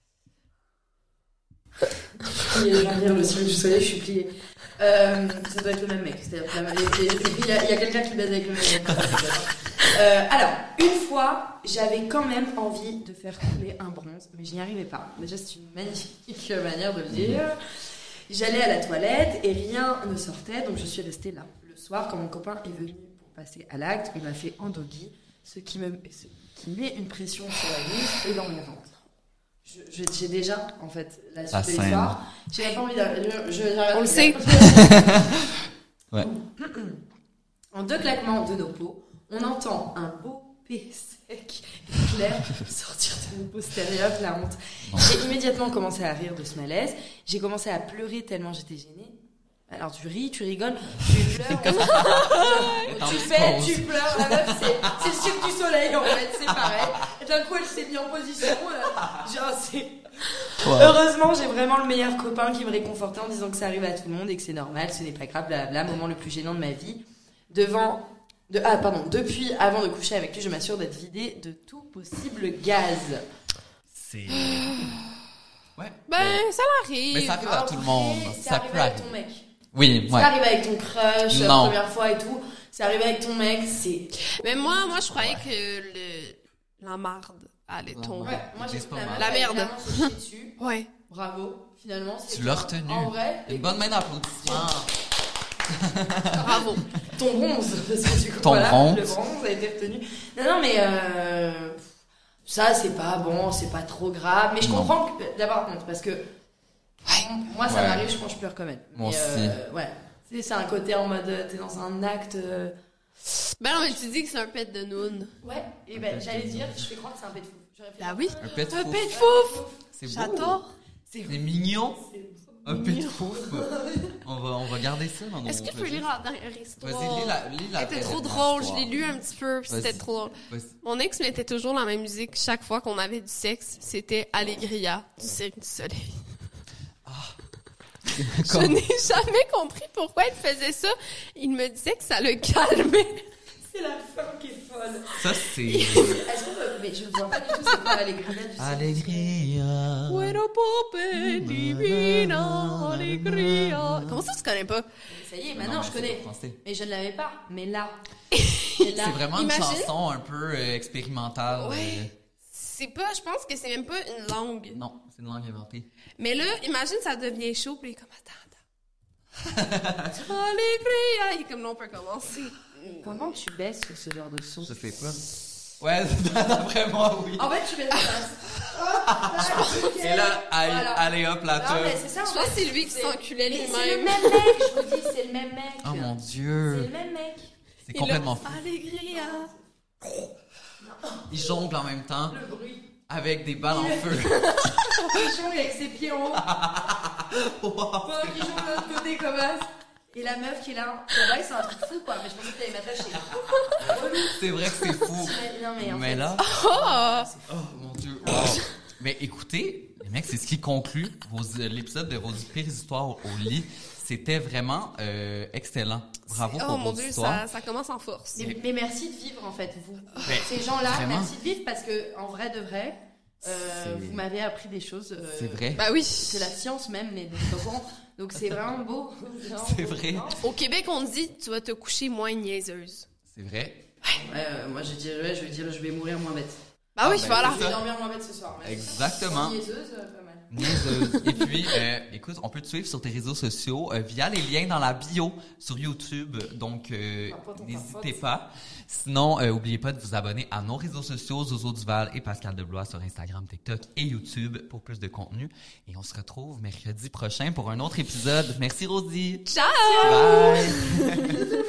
Je viens de lire le cirque du soleil, je suis pliée. Ça doit être le même mec. C'est-à-dire qu'il y a quelqu'un qui baise avec le même mec. Alors, une fois, j'avais quand même envie de faire couler un bronze, mais je n'y arrivais pas. Déjà, c'est une magnifique manière de le dire. J'allais à la toilette et rien ne sortait, donc je suis restée là. Le soir, quand mon copain est venu pour passer à l'acte, on m'a fait en doggy, ce qui met une pression sur la nuque et dans mes ventres. J'ai déjà, en fait, la suite de l'histoire. J'ai pas envie On le sait. Ouais. En 2 claquements de nos peaux, on entend un beau P sec et clair sortir de mon postérieur, la honte. J'ai immédiatement commencé à rire de ce malaise. J'ai commencé à pleurer tellement j'étais gênée. Alors tu ris, tu rigoles, tu pleures, tu pleures. La meuf, c'est le cirque du soleil en fait, c'est pareil. Et d'un coup, elle s'est mise en position. Genre, c'est... Ouais. Heureusement, j'ai vraiment le meilleur copain qui me réconfortait en disant que ça arrive à tout le monde et que c'est normal, ce n'est pas grave, blablabla, moment le plus gênant de ma vie. Depuis, avant de coucher avec lui, je m'assure d'être vidée de tout possible gaz. C'est... Ouais. Ben, ça l'arrive. Mais ça arrive à tout le monde. Ça arrive avec ton mec. Oui, ouais. Ça arrive avec ton crush, la première fois et tout. Ça arrive avec ton mec, c'est... Mais moi, je croyais que la marde allait tomber. Ouais, moi, j'ai la merde. Dessus. Ouais. Bravo. Finalement, c'est... Tu l'as retenu. En vrai. Une bonne main d'applaudissement. Bravo. Ton bronze, parce que du coup, ton bronze. Le bronze a été retenu. Non, mais ça, c'est pas bon, c'est pas trop grave. Mais je comprends que, d'abord, parce que moi, ça m'arrive, je pense que je pleure quand même. Moi aussi. Ouais. Tu sais, c'est un côté en mode, t'es dans un acte... Ben non, mais tu dis que c'est un pet de noun. Ouais, et ben j'allais dire, je fais croire que c'est un pet de fouf. Ah oui, un pet de fouf. Un pet de fouf. C'est beau. J'adore. C'est mignon. Un pet de fouf. On va garder ça dans nos... Est-ce que tu peux lire la dernière histoire? Vas-y, lis la C'était trop drôle, je l'ai lu un petit peu, puis c'était trop drôle. Mon ex mettait toujours la même musique chaque fois qu'on avait du sexe, c'était Alegria du Cirque du Soleil. Je n'ai jamais compris pourquoi il faisait ça. Il me disait que ça le calmait. C'est la fin qui est folle. Ça, c'est... Est-ce qu'on peut... Mais je ne vois pas du tout, c'est pas Alegria du Cirque. Alegria. Bueno pope divina alegria. Comment ça, tu connais pas? Ça y est, maintenant je connais. Mais je ne l'avais pas. Mais là... C'est vraiment une chanson un peu expérimentale. Ouais. C'est pas, je pense que c'est même pas une langue. Non, c'est une langue inventée. Mais là, imagine, ça devient chaud, puis il est comme, attends. Alegria. Il est comme, là, on peut commencer. Comment tu baisses sur ce genre de son? Je sais pas. Ouais, d'après moi, oui. En fait, tu baisses Et là, allez hop, la teuf. Non, mais c'est ça, je pense que c'est lui qui s'enculait lui-même. C'est le même mec, je vous dis, c'est le même mec. Oh mon Dieu. C'est le même mec. C'est complètement fou. Alegria. Il jongle en même temps. Le bruit. Avec des balles en feu. Il jongle avec ses pieds en haut. Wow. Il jongle de l'autre côté comme ça. Et la meuf qui est là, c'est vrai que c'est un truc fou quoi, mais je pensais que t'allais m'attacher. C'est vrai que c'est fou. Mais là, oh mon Dieu. Wow. Mais écoutez, les mecs, c'est ce qui conclut l'épisode de vos pires histoires au lit. C'était vraiment excellent. Bravo pour vos histoires. Dieu, ça commence en force. Mais merci de vivre en fait, vous. Mais, ces gens-là, vraiment? merci de vivre parce que en vrai de vrai, vous m'avez appris des choses. C'est vrai. Bah oui. C'est la science même, mais donc c'est vraiment beau. C'est vrai. Au Québec, on dit tu vas te coucher moins niaiseuse. C'est vrai. Ouais, moi je vais mourir moins bête. Bah oui, voilà. Je vais dormir moins bête ce soir. Exactement. Niaiseuse, pas mal. Niaiseuse. Et puis, écoute, on peut te suivre sur tes réseaux sociaux via les liens dans la bio sur YouTube. Donc, n'hésitez pas. Sinon, oubliez pas de vous abonner à nos réseaux sociaux, Zozo Duval et Pascal Deblois sur Instagram, TikTok et YouTube pour plus de contenu. Et on se retrouve mercredi prochain pour un autre épisode. Merci, Rosie. Ciao! Bye!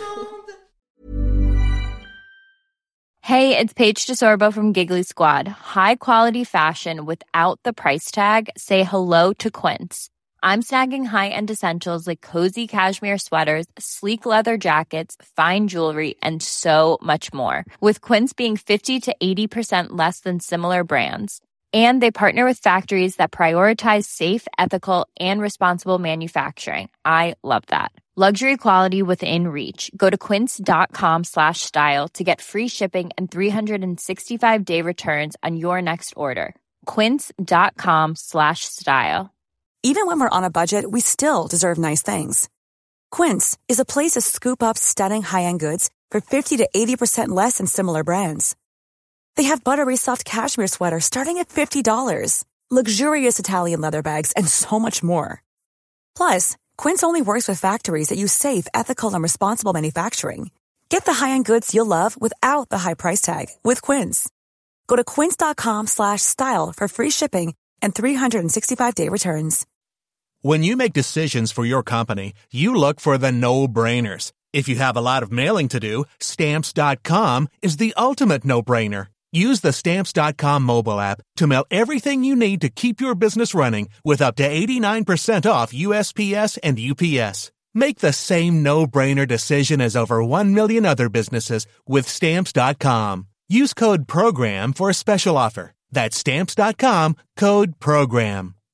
Hey, it's Paige DeSorbo from Giggly Squad. High quality fashion without the price tag. Say hello to Quince. I'm snagging high-end essentials like cozy cashmere sweaters, sleek leather jackets, fine jewelry, and so much more. With Quince being 50 to 80% less than similar brands. And they partner with factories that prioritize safe, ethical, and responsible manufacturing. I love that. Luxury quality within reach. Go to quince.com/style to get free shipping and 365-day returns on your next order. Quince.com/style. Even when we're on a budget, we still deserve nice things. Quince is a place to scoop up stunning high-end goods for 50 to 80% less than similar brands. They have buttery soft cashmere sweaters starting at $50, luxurious Italian leather bags, and so much more. Plus, Quince only works with factories that use safe, ethical, and responsible manufacturing. Get the high-end goods you'll love without the high price tag with Quince. Go to quince.com/style for free shipping and 365-day returns. When you make decisions for your company, you look for the no-brainers. If you have a lot of mailing to do, Stamps.com is the ultimate no-brainer. Use the Stamps.com mobile app to mail everything you need to keep your business running with up to 89% off USPS and UPS. Make the same no-brainer decision as over 1 million other businesses with Stamps.com. Use code PROGRAM for a special offer. That's Stamps.com, code PROGRAM.